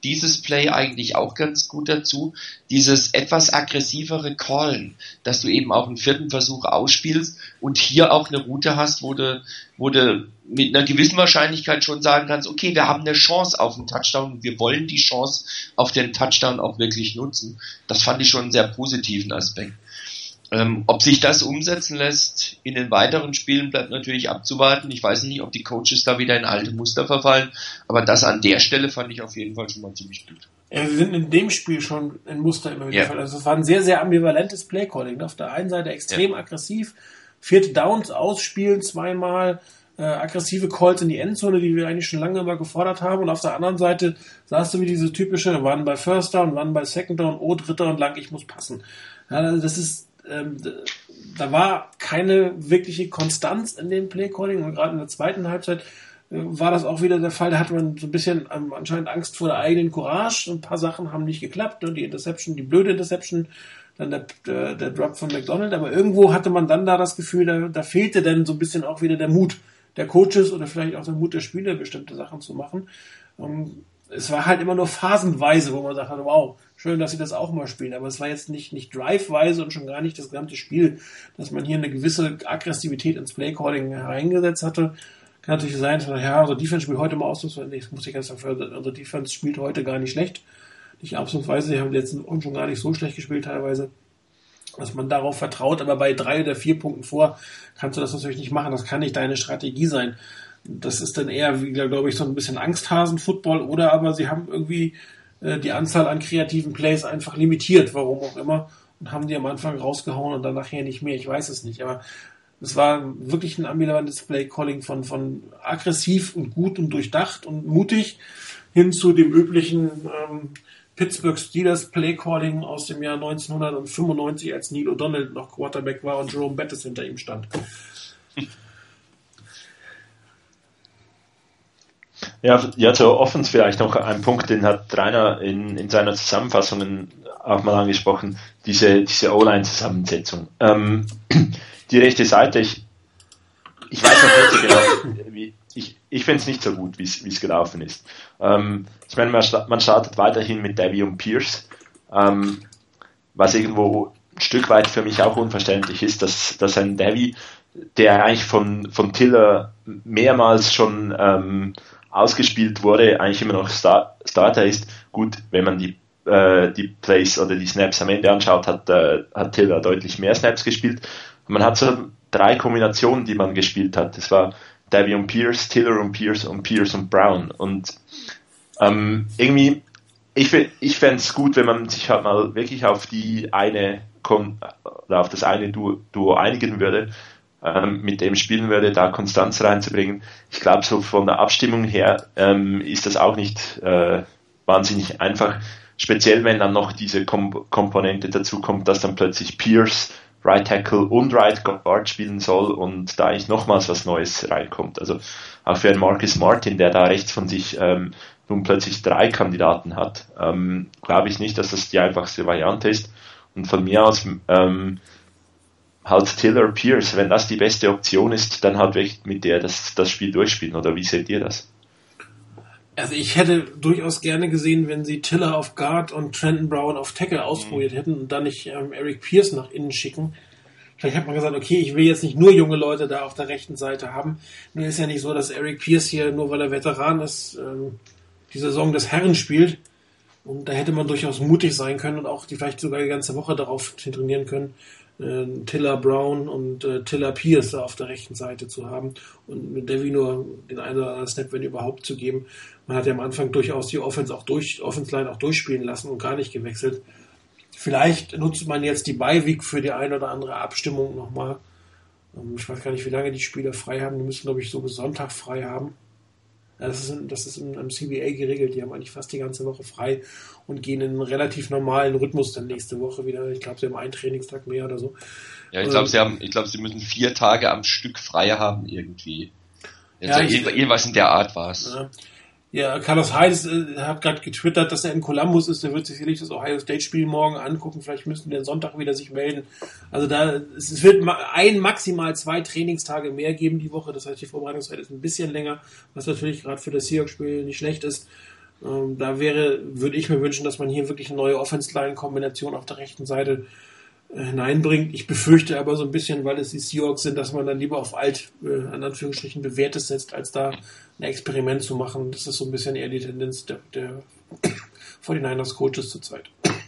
dieses Play eigentlich auch ganz gut dazu, dieses etwas aggressivere Callen, dass du eben auch einen vierten Versuch ausspielst und hier auch eine Route hast, wo du mit einer gewissen Wahrscheinlichkeit schon sagen kannst, okay, wir haben eine Chance auf einen Touchdown und wir wollen die Chance auf den Touchdown auch wirklich nutzen. Das fand ich schon einen sehr positiven Aspekt. Ob sich das umsetzen lässt in den weiteren Spielen, bleibt natürlich abzuwarten. Ich weiß nicht, ob die Coaches da wieder in alte Muster verfallen, aber das an der Stelle fand ich auf jeden Fall schon mal ziemlich gut. Ja, wir sind in dem Spiel schon in Muster immer wieder. Also es war ein sehr, sehr ambivalentes Playcalling. Auf der einen Seite extrem aggressiv, 4. Downs ausspielen zweimal, aggressive Calls in die Endzone, die wir eigentlich schon lange immer gefordert haben. Und auf der anderen Seite sahst du wie diese typische, wann bei First Down, wann bei Second Down, dritter und lang, ich muss passen. Ja, also das ist da war keine wirkliche Konstanz in dem Playcalling und gerade in der zweiten Halbzeit war das auch wieder der Fall. Da hatte man so ein bisschen anscheinend Angst vor der eigenen Courage. Ein paar Sachen haben nicht geklappt. Die Interception, die blöde Interception, dann der Drop von McDonald. Aber irgendwo hatte man dann da das Gefühl, da fehlte dann so ein bisschen auch wieder der Mut der Coaches oder vielleicht auch der Mut der Spieler, bestimmte Sachen zu machen. Es war halt immer nur phasenweise, wo man sagt, wow, schön, dass sie das auch mal spielen. Aber es war jetzt nicht driveweise und schon gar nicht das gesamte Spiel, dass man hier eine gewisse Aggressivität ins Playcalling hereingesetzt hatte. Kann natürlich sein, dass man, unsere Defense spielt heute mal ausnahmsweise, das muss ich ganz sagen, unsere Defense spielt heute gar nicht schlecht. Nicht ausnahmsweise, die haben letzten und schon gar nicht so schlecht gespielt teilweise, dass man darauf vertraut. Aber bei 3 oder 4 Punkten vor kannst du das natürlich nicht machen. Das kann nicht deine Strategie sein. Das ist dann eher, glaube ich, so ein bisschen Angsthasen-Football oder aber sie haben irgendwie die Anzahl an kreativen Plays einfach limitiert, warum auch immer, und haben die am Anfang rausgehauen und dann nachher nicht mehr. Ich weiß es nicht, aber es war wirklich ein ambivalentes Play-Calling von aggressiv und gut und durchdacht und mutig hin zu dem üblichen Pittsburgh Steelers Play-Calling aus dem Jahr 1995, als Neil O'Donnell noch Quarterback war und Jerome Bettis hinter ihm stand. Ja, zur Offense vielleicht noch ein Punkt, den hat Rainer in seiner Zusammenfassung auch mal angesprochen, diese O-Line-Zusammensetzung. Die rechte Seite, ich weiß noch nicht so genau, ich finde es nicht so gut, wie es gelaufen ist. Ich meine, man startet weiterhin mit Davy und Pierce, was irgendwo ein Stück weit für mich auch unverständlich ist, dass ein Davy, der eigentlich von Tiller mehrmals schon ausgespielt wurde, eigentlich immer noch Starter ist. Gut, wenn man die Plays oder die Snaps am Ende anschaut, hat Tiller deutlich mehr Snaps gespielt. Und man hat so 3 Kombinationen, die man gespielt hat. Das war Davy und Pierce, Tiller und Pierce und Brown. Und irgendwie, ich fände es gut, wenn man sich halt mal wirklich auf auf das eine Duo einigen würde, mit dem spielen würde, da Konstanz reinzubringen. Ich glaube, so von der Abstimmung her ist das auch nicht wahnsinnig einfach. Speziell, wenn dann noch diese Komponente dazu kommt, dass dann plötzlich Pierce Right Tackle und Right Guard spielen soll und da eigentlich nochmals was Neues reinkommt. Also auch für einen Marcus Martin, der da rechts von sich nun plötzlich 3 Kandidaten hat, glaube ich nicht, dass das die einfachste Variante ist. Und von mir aus halt Tiller, Pierce, wenn das die beste Option ist, dann halt wirklich mit der das Spiel durchspielen. Oder wie seht ihr das? Also ich hätte durchaus gerne gesehen, wenn sie Tiller auf Guard und Trenton Brown auf Tackle ausprobiert hätten und dann nicht Eric Pierce nach innen schicken. Vielleicht hat man gesagt, okay, ich will jetzt nicht nur junge Leute da auf der rechten Seite haben. Nur ist ja nicht so, dass Eric Pierce hier, nur weil er Veteran ist, die Saison des Herren spielt. Und da hätte man durchaus mutig sein können und auch vielleicht sogar die ganze Woche darauf trainieren können, Tiller Brown und Tiller Pierce auf der rechten Seite zu haben und mit Davy nur den einen oder anderen Snap, wenn überhaupt, zu geben. Man hat ja am Anfang durchaus die Offense-Line auch durchspielen lassen und gar nicht gewechselt. Vielleicht nutzt man jetzt die Bye-Week für die eine oder andere Abstimmung nochmal. Ich weiß gar nicht, wie lange die Spieler frei haben. Die müssen, glaube ich, so bis Sonntag frei haben. Das ist im CBA geregelt. Die haben eigentlich fast die ganze Woche frei und gehen in einen relativ normalen Rhythmus dann nächste Woche wieder. Ich glaube, sie haben einen Trainingstag mehr oder so. Ja, ich glaube, sie müssen 4 Tage am Stück frei haben irgendwie. Irgendwas in der Art war es. Ja, Carlos Hyde hat gerade getwittert, dass er in Columbus ist. Der wird sich sicherlich das Ohio State Spiel morgen angucken. Vielleicht müssen wir den Sonntag wieder sich melden. Also es wird maximal 2 Trainingstage mehr geben die Woche. Das heißt, die Vorbereitungszeit ist ein bisschen länger, was natürlich gerade für das Seahawks-Spiel nicht schlecht ist. Würde ich mir wünschen, dass man hier wirklich eine neue Offense-Line-Kombination auf der rechten Seite hineinbringt. Ich befürchte aber so ein bisschen, weil es die Seahawks sind, dass man dann lieber auf in Anführungsstrichen, bewährtes setzt, als da ein Experiment zu machen. Das ist so ein bisschen eher die Tendenz der 49ers Coaches zurzeit.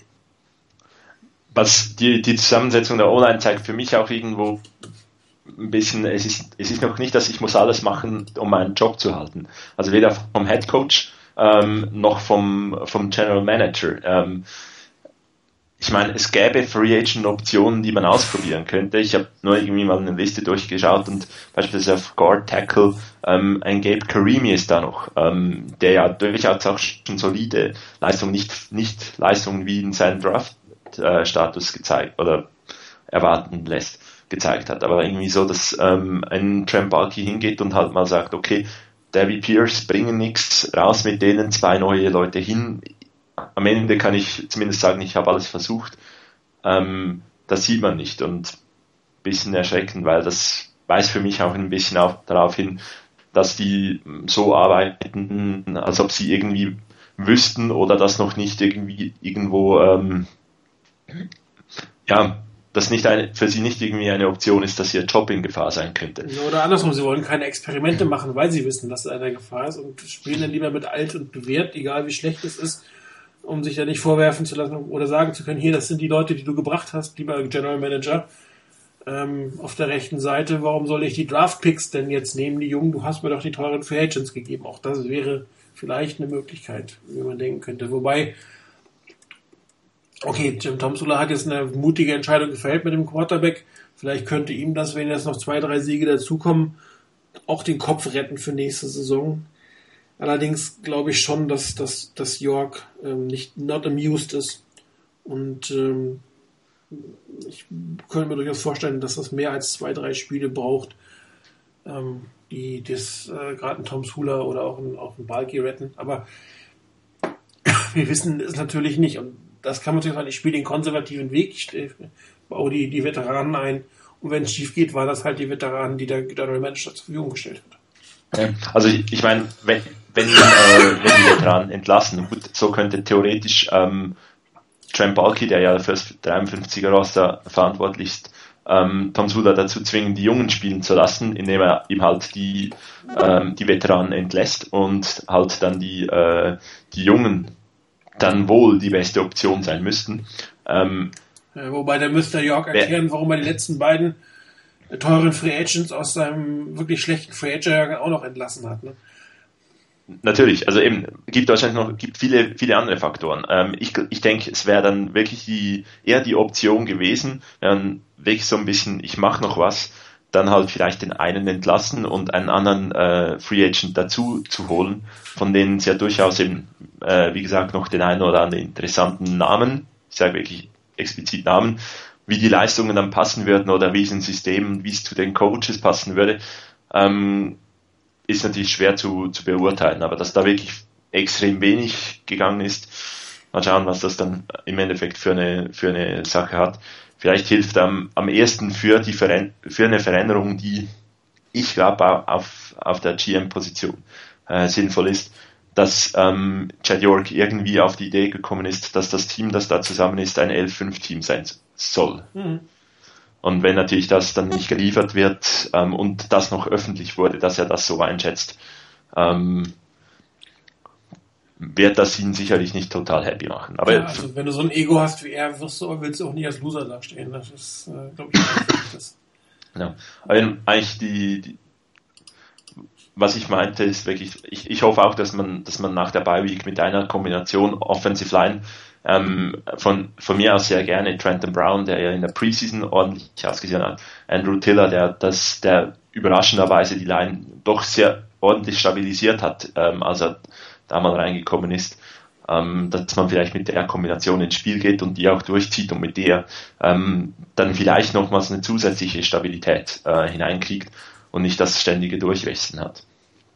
Was die Zusammensetzung der O-Line zeigt für mich auch irgendwo ein bisschen, es ist noch nicht, dass ich muss alles machen, um meinen Job zu halten. Also weder vom Head Coach noch vom General Manager. Ich meine, es gäbe Free Agent Optionen, die man ausprobieren könnte. Ich habe nur irgendwie mal eine Liste durchgeschaut und beispielsweise auf Guard Tackle ein Gabe Karimi ist da noch, der ja durchaus auch schon solide Leistungen, nicht Leistungen wie in seinem Draft-Status gezeigt oder erwarten lässt, gezeigt hat. Aber irgendwie so, dass ein Trent Baalke hingeht und halt mal sagt, okay, Davy Pierce bringen nichts, raus mit denen, 2 neue Leute hin. Am Ende kann ich zumindest sagen, ich habe alles versucht. Das sieht man nicht und ein bisschen erschreckend, weil das weist für mich auch ein bisschen darauf hin, dass die so arbeiten, als ob sie irgendwie wüssten oder das noch nicht irgendwie irgendwo, dass für sie nicht irgendwie eine Option ist, dass ihr Job in Gefahr sein könnte. Oder andersrum, sie wollen keine Experimente machen, weil sie wissen, dass es eine Gefahr ist und spielen dann lieber mit alt und bewährt, egal wie schlecht es ist, um sich da nicht vorwerfen zu lassen oder sagen zu können, hier, das sind die Leute, die du gebracht hast, lieber General Manager, auf der rechten Seite, warum soll ich die Draft-Picks denn jetzt nehmen, die Jungen, du hast mir doch die teuren Free Agents gegeben. Auch das wäre vielleicht eine Möglichkeit, wie man denken könnte. Wobei, okay, Jim Tomsula hat jetzt eine mutige Entscheidung gefällt mit dem Quarterback. Vielleicht könnte ihm das, wenn jetzt noch 2, 3 Siege dazukommen, auch den Kopf retten für nächste Saison. Allerdings glaube ich schon, dass York not amused ist. Und ich könnte mir durchaus vorstellen, dass das mehr als 2, 3 Spiele braucht, die das gerade ein Tomsula oder auch ein Baalke retten. Aber wir wissen es natürlich nicht. Und das kann man natürlich sagen, ich spiele den konservativen Weg, ich baue die Veteranen ein. Und wenn es schief geht, waren das halt die Veteranen, die der General Manager zur Verfügung gestellt hat. Also ich meine, wenn die Veteranen entlassen, gut, so könnte theoretisch Trent Baalke, der ja für das 53er Roster verantwortlich ist, Tomsula dazu zwingen, die Jungen spielen zu lassen, indem er ihm halt die Veteranen entlässt und halt dann die Jungen dann wohl die beste Option sein müssten. Wobei der müsste York erklären, warum er die letzten beiden teuren Free Agents aus seinem wirklich schlechten Free Agent auch noch entlassen hat. Ne? Natürlich, also eben, gibt viele, viele andere Faktoren. Ich denke, es wäre dann wirklich eher die Option gewesen, wenn wirklich so ein bisschen, ich mache noch was, dann halt vielleicht den einen entlassen und einen anderen Free Agent dazu zu holen, von denen es ja durchaus eben, wie gesagt, noch den einen oder anderen interessanten Namen, ich sage wirklich explizit Namen, wie die Leistungen dann passen würden oder wie es ein System, wie es zu den Coaches passen würde, ist natürlich schwer zu beurteilen. Aber dass da wirklich extrem wenig gegangen ist, mal schauen, was das dann im Endeffekt für eine Sache hat. Vielleicht hilft am ehesten für eine Veränderung, die ich glaube auf der GM-Position sinnvoll ist, dass Chad York irgendwie auf die Idee gekommen ist, dass das Team, das da zusammen ist, ein 11-5-Team sein soll. Mhm. Und wenn natürlich das dann nicht geliefert wird und das noch öffentlich wurde, dass er das so einschätzt, wird das ihn sicherlich nicht total happy machen. Aber ja, also wenn du so ein Ego hast wie er, willst du auch nicht als Loser dastehen. Das ist, glaube ich, das. Ja. Aber eigentlich was ich meinte, ist wirklich, ich hoffe auch, dass man nach der Bye Week mit einer Kombination Offensive Line von mir aus sehr gerne Trenton Brown, der ja in der Preseason ordentlich ausgesehen hat, Andrew Tiller, der überraschenderweise die Line doch sehr ordentlich stabilisiert hat, als er da mal reingekommen ist, dass man vielleicht mit der Kombination ins Spiel geht und die auch durchzieht und mit der dann vielleicht nochmals eine zusätzliche Stabilität hineinkriegt und nicht das ständige Durchwechseln hat.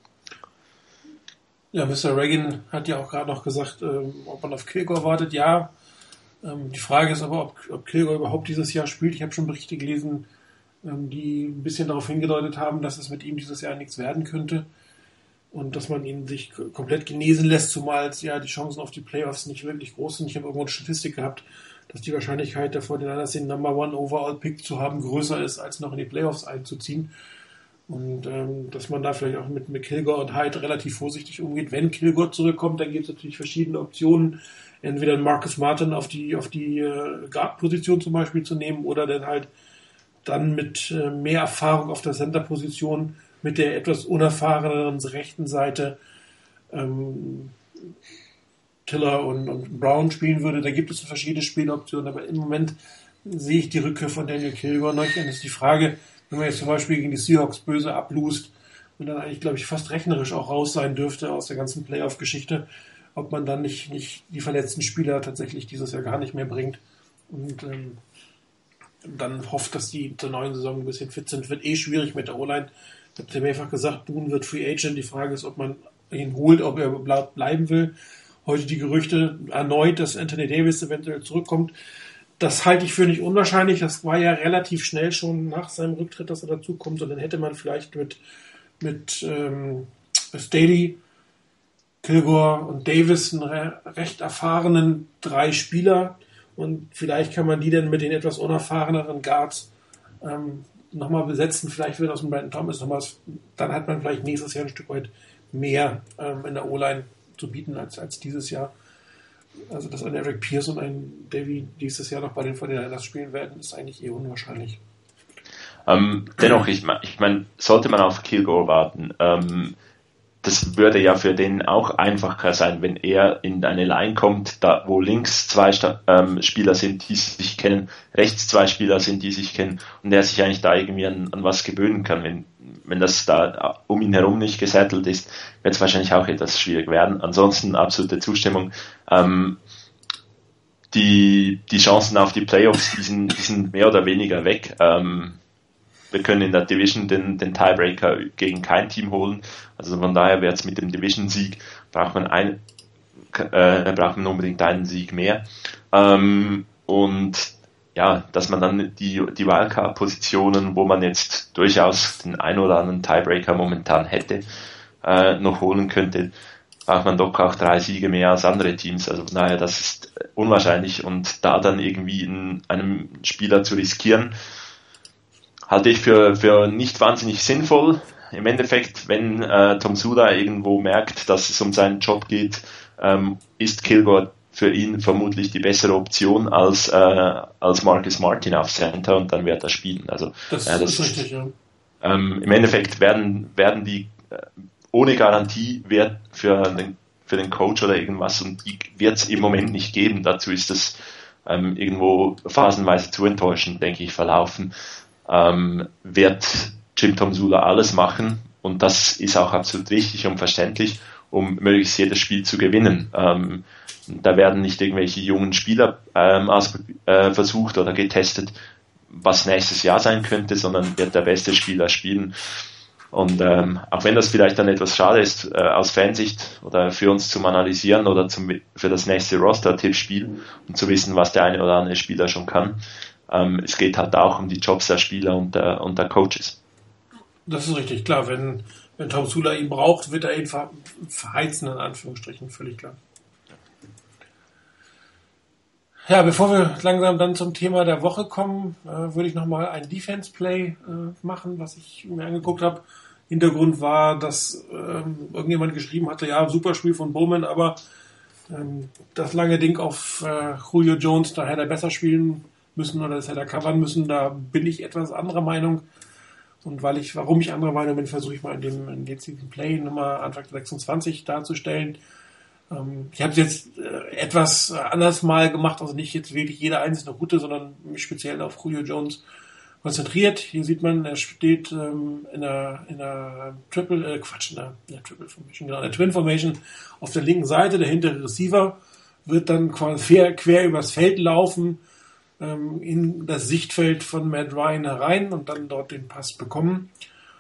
Ja, Mr. Reagan hat ja auch gerade noch gesagt, ob man auf Kilgore wartet. Ja, die Frage ist aber, ob Kilgore überhaupt dieses Jahr spielt. Ich habe schon Berichte gelesen, die ein bisschen darauf hingedeutet haben, dass es mit ihm dieses Jahr nichts werden könnte. und dass man ihn sich komplett genesen lässt, zumal ja die Chancen auf die Playoffs nicht wirklich groß sind. Ich habe irgendwo eine Statistik gehabt, dass die Wahrscheinlichkeit der 49ers den Number One Overall Pick zu haben größer ist, als noch in die Playoffs einzuziehen. Und dass man da vielleicht auch mit Kilgore und Hyde relativ vorsichtig umgeht. Wenn Kilgore zurückkommt, dann gibt es natürlich verschiedene Optionen. Entweder Marcus Martin auf die Guard-Position zum Beispiel zu nehmen oder dann halt dann mit mehr Erfahrung auf der Center-Position mit der etwas unerfahreneren rechten Seite Tiller und Brown spielen würde. Da gibt es verschiedene Spieloptionen, aber im Moment sehe ich die Rückkehr von Daniel Kilgore noch. Und das ist die Frage, wenn man jetzt zum Beispiel gegen die Seahawks böse ablust und dann eigentlich, glaube ich, fast rechnerisch auch raus sein dürfte aus der ganzen Playoff-Geschichte, ob man dann nicht die verletzten Spieler tatsächlich dieses Jahr gar nicht mehr bringt und dann hofft, dass die zur neuen Saison ein bisschen fit sind. Wird schwierig mit der O-Line. Ich habe ja mehrfach gesagt, Boone wird Free Agent. Die Frage ist, ob man ihn holt, ob er bleiben will. Heute die Gerüchte erneut, dass Anthony Davis eventuell zurückkommt. Das halte ich für nicht unwahrscheinlich. Das war ja relativ schnell schon nach seinem Rücktritt, dass er dazukommt. Und dann hätte man vielleicht mit Staley, Kilgore und Davis einen recht erfahrenen 3 Spieler. Und vielleicht kann man die dann mit den etwas unerfahreneren Guards nochmal besetzen. Vielleicht wird aus dem Brandon Thomas nochmal. Dann hat man vielleicht nächstes Jahr ein Stück weit mehr in der O-Line zu bieten als dieses Jahr. Also, dass ein Eric Pierce und ein Davy dieses Jahr noch bei den 49ers spielen werden, ist eigentlich eher unwahrscheinlich. Dennoch, ich meine, sollte man auf Kilgore warten, das würde ja für den auch einfacher sein, wenn er in eine Line kommt, da wo links 2 Spieler sind, die sich kennen, rechts 2 Spieler sind, die sich kennen und er sich eigentlich da irgendwie an was gewöhnen kann. Wenn das da um ihn herum nicht gesettelt ist, wird es wahrscheinlich auch etwas schwierig werden. Ansonsten absolute Zustimmung. Die Chancen auf die Playoffs, die sind mehr oder weniger weg. Wir können in der Division den Tiebreaker gegen kein Team holen. Also von daher wird es mit dem Division-Sieg, braucht man unbedingt einen Sieg mehr. Und ja, dass man dann die Wildcard-Positionen, wo man jetzt durchaus den ein oder anderen Tiebreaker momentan hätte, noch holen könnte, braucht man doch auch 3 Siege mehr als andere Teams. Also von daher, das ist unwahrscheinlich. Und da dann irgendwie einem Spieler zu riskieren, halte ich für nicht wahnsinnig sinnvoll. Im Endeffekt, wenn Tomsula irgendwo merkt, dass es um seinen Job geht, ist Kilgore für ihn vermutlich die bessere Option als Marcus Martin auf Center und dann wird er spielen. Also das ist richtig, ja. Im Endeffekt werden die ohne Garantie für den Coach oder irgendwas und die wird es im Moment nicht geben. Dazu ist es irgendwo phasenweise zu enttäuschend, denke ich, verlaufen. Wird Jim Tomsula alles machen und das ist auch absolut richtig und verständlich, um möglichst jedes Spiel zu gewinnen. Da werden nicht irgendwelche jungen Spieler versucht oder getestet, was nächstes Jahr sein könnte, sondern wird der beste Spieler spielen. Und auch wenn das vielleicht dann etwas schade ist aus Fansicht oder für uns zum Analysieren oder für das nächste Roster-Tippspiel, um zu wissen, was der eine oder andere Spieler schon kann, es geht halt auch um die Jobs der Spieler und der Coaches. Das ist richtig, klar. Wenn Tomsula ihn braucht, wird er ihn verheizen, in Anführungsstrichen, völlig klar. Ja, bevor wir langsam dann zum Thema der Woche kommen, würde ich nochmal ein Defense-Play machen, was ich mir angeguckt habe. Hintergrund war, dass irgendjemand geschrieben hatte, ja, super Spiel von Bowman, aber das lange Ding auf Julio Jones, da hätte er besser spielen müssen oder das hätte er covern müssen, da bin ich etwas anderer Meinung. Und warum ich anderer Meinung bin, versuche ich mal in dem jetzigen Play Nummer Anfang 26 darzustellen. Ich habe es jetzt etwas anders mal gemacht, also nicht jetzt wirklich jede einzelne Route, sondern mich speziell auf Julio Jones konzentriert. Hier sieht man, er steht in der Triple Formation, genau, in der Twin Formation auf der linken Seite. Der hintere Receiver wird dann quasi quer übers Feld laufen, in das Sichtfeld von Matt Ryan herein und dann dort den Pass bekommen.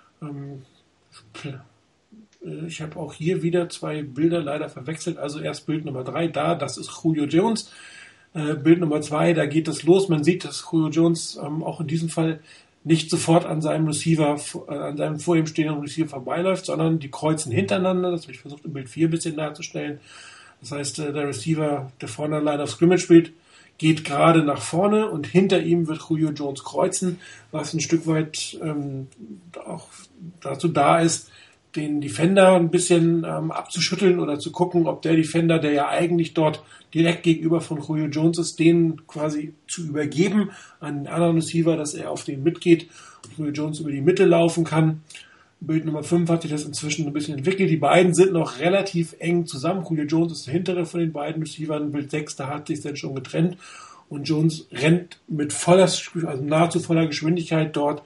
Ich habe auch hier wieder 2 Bilder leider verwechselt. Also erst Bild Nummer 3, das ist Julio Jones. Bild Nummer 2, da geht es los. Man sieht, dass Julio Jones auch in diesem Fall nicht sofort an seinem Receiver, an seinem vor ihm stehenden Receiver vorbeiläuft, sondern die kreuzen hintereinander. Das habe ich versucht im Bild 4 ein bisschen darzustellen. Das heißt, der Receiver, der vorne Line of Scrimmage spielt, geht gerade nach vorne und hinter ihm wird Julio Jones kreuzen, was ein Stück weit auch dazu da ist, den Defender ein bisschen abzuschütteln oder zu gucken, ob der Defender, der ja eigentlich dort direkt gegenüber von Julio Jones ist, den quasi zu übergeben an den anderen Receiver, dass er auf den mitgeht und Julio Jones über die Mitte laufen kann. Bild Nummer 5 hat sich das inzwischen ein bisschen entwickelt. Die beiden sind noch relativ eng zusammen. Julio Jones ist der hintere von den beiden Receivern. Bild 6, da hat sich dann schon getrennt. Und Jones rennt mit nahezu voller Geschwindigkeit dort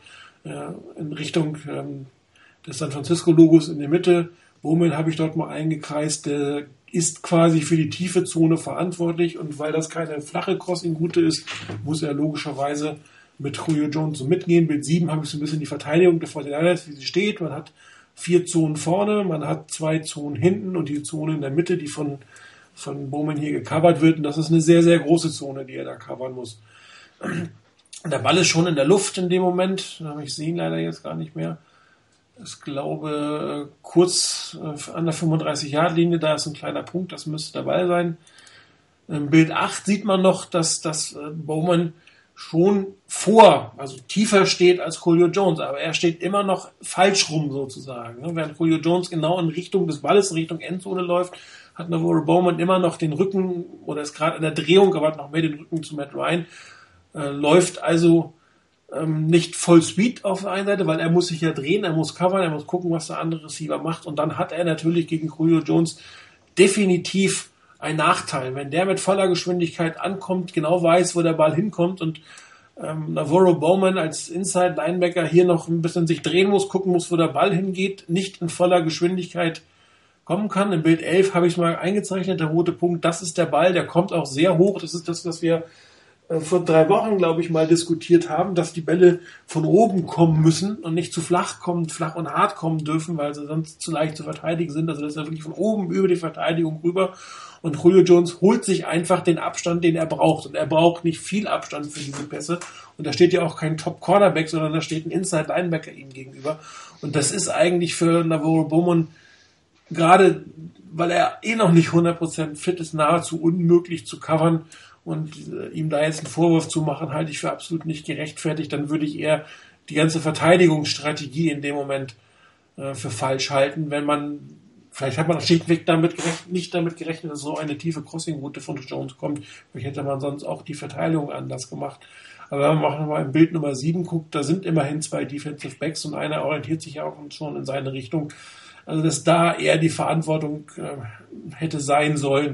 in Richtung des San Francisco-Logos in der Mitte. Bowman habe ich dort mal eingekreist. Der ist quasi für die tiefe Zone verantwortlich. Und weil das keine flache Crossing-Route ist, muss er logischerweise mit Julio Jones so mitgehen. Bild 7 habe ich so ein bisschen die Verteidigung der 49ers, wie sie steht. Man hat 4 Zonen vorne, man hat 2 Zonen hinten und die Zone in der Mitte, die von Bowman hier gecovert wird. Und das ist eine sehr, sehr große Zone, die er da covern muss. Der Ball ist schon in der Luft in dem Moment. Ich sehe ihn leider jetzt gar nicht mehr. Ich glaube, kurz an der 35-Yard-Linie, da ist ein kleiner Punkt, das müsste der Ball sein. Im Bild 8 sieht man noch, dass Bowman schon also tiefer steht als Julio Jones, aber er steht immer noch falsch rum sozusagen. Während Julio Jones genau in Richtung des Balles, in Richtung Endzone läuft, hat Navarro Bowman immer noch den Rücken, oder ist gerade in der Drehung, aber hat noch mehr den Rücken zu Matt Ryan, läuft also nicht voll Speed auf der einen Seite, weil er muss sich ja drehen, er muss covern, er muss gucken, was der andere Receiver macht, und dann hat er natürlich gegen Julio Jones definitiv ein Nachteil. Wenn der mit voller Geschwindigkeit ankommt, genau weiß, wo der Ball hinkommt, und Navarro Bowman als Inside-Linebacker hier noch ein bisschen sich drehen muss, gucken muss, wo der Ball hingeht, nicht in voller Geschwindigkeit kommen kann. Im Bild 11 habe ich mal eingezeichnet, der rote Punkt, das ist der Ball, der kommt auch sehr hoch. Das ist das, was wir vor 3 Wochen, glaube ich, mal diskutiert haben, dass die Bälle von oben kommen müssen und nicht zu flach und hart kommen dürfen, weil sie sonst zu leicht zu verteidigen sind. Also das ist ja wirklich von oben über die Verteidigung rüber. Und Julio Jones holt sich einfach den Abstand, den er braucht. Und er braucht nicht viel Abstand für diese Pässe. Und da steht ja auch kein Top-Cornerback, sondern da steht ein Inside-Linebacker ihm gegenüber. Und das ist eigentlich für Navarro Bowman, gerade weil er noch nicht 100% fit ist, nahezu unmöglich zu covern. Und ihm da jetzt einen Vorwurf zu machen, halte ich für absolut nicht gerechtfertigt. Dann würde ich eher die ganze Verteidigungsstrategie in dem Moment für falsch halten, vielleicht hat man schlichtweg nicht damit gerechnet, dass so eine tiefe Crossing-Route von Jones kommt. Vielleicht hätte man sonst auch die Verteidigung anders gemacht. Aber wenn man mal im Bild Nummer 7 guckt, da sind immerhin 2 Defensive Backs und einer orientiert sich ja auch schon in seine Richtung. Also dass da eher die Verantwortung hätte sein sollen.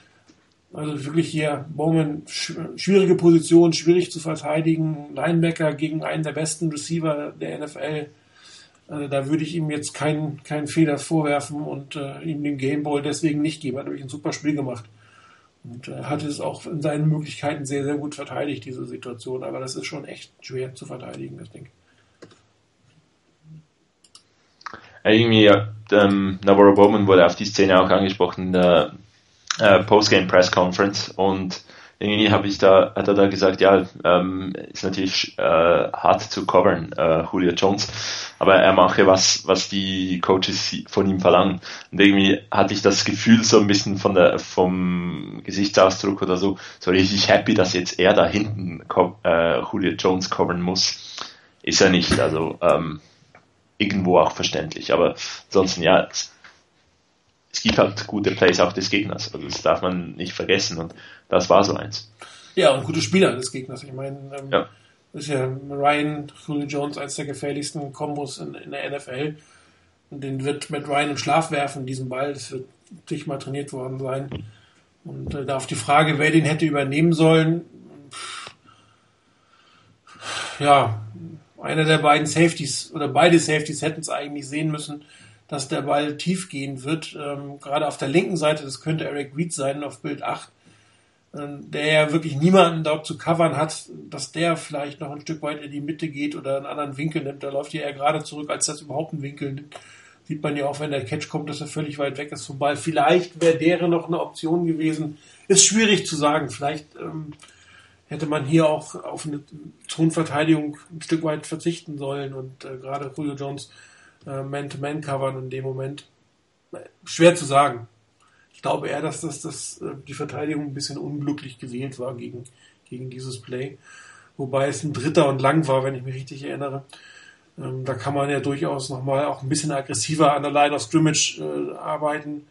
Also wirklich hier Bowman, schwierige Position, schwierig zu verteidigen, Linebacker gegen einen der besten Receiver der NFL. Also da würde ich ihm jetzt keinen Fehler vorwerfen und ihm den Gameball deswegen nicht geben. Er hat wirklich ein super Spiel gemacht. Und hat es auch in seinen Möglichkeiten sehr, sehr gut verteidigt, diese Situation. Aber das ist schon echt schwer zu verteidigen, das Ding. Irgendwie, Navarro Bowman wurde auf die Szene auch angesprochen, Postgame Press Conference, und irgendwie hat er da gesagt, ja, ist natürlich hart zu covern, Julio Jones, aber er mache was die Coaches von ihm verlangen. Und irgendwie hatte ich das Gefühl so ein bisschen vom Gesichtsausdruck oder so richtig happy, dass jetzt er da hinten Julio Jones covern muss. Ist er nicht, also irgendwo auch verständlich, aber ansonsten, ja, es gibt halt gute Plays auch des Gegners, also das darf man nicht vergessen, und das war so eins. Ja, und gute Spieler des Gegners. Ich meine, ist ja Ryan, Julio Jones, eines der gefährlichsten Kombos in der NFL. Und den wird Matt Ryan im Schlaf werfen, diesen Ball. Das wird zigmal trainiert worden sein. Und da auf die Frage, wer den hätte übernehmen sollen, ja, einer der beiden Safeties oder beide Safeties hätten es eigentlich sehen müssen, dass der Ball tief gehen wird. Gerade auf der linken Seite, das könnte Eric Reed sein auf Bild 8, der ja wirklich niemanden dort zu covern hat, dass der vielleicht noch ein Stück weit in die Mitte geht oder einen anderen Winkel nimmt. Da läuft ja eher gerade zurück, als das überhaupt einen Winkel nimmt. Sieht man ja auch, wenn der Catch kommt, dass er völlig weit weg ist vom Ball. Vielleicht wäre der noch eine Option gewesen. Ist schwierig zu sagen. Vielleicht hätte man hier auch auf eine Zonenverteidigung ein Stück weit verzichten sollen und gerade Julio Jones Man-to-Man covern in dem Moment. Schwer zu sagen. Ich glaube eher, dass die Verteidigung ein bisschen unglücklich gewählt war gegen dieses Play. Wobei es ein 3. und lang war, wenn ich mich richtig erinnere. Da kann man ja durchaus nochmal auch ein bisschen aggressiver an der Line of Scrimmage arbeiten.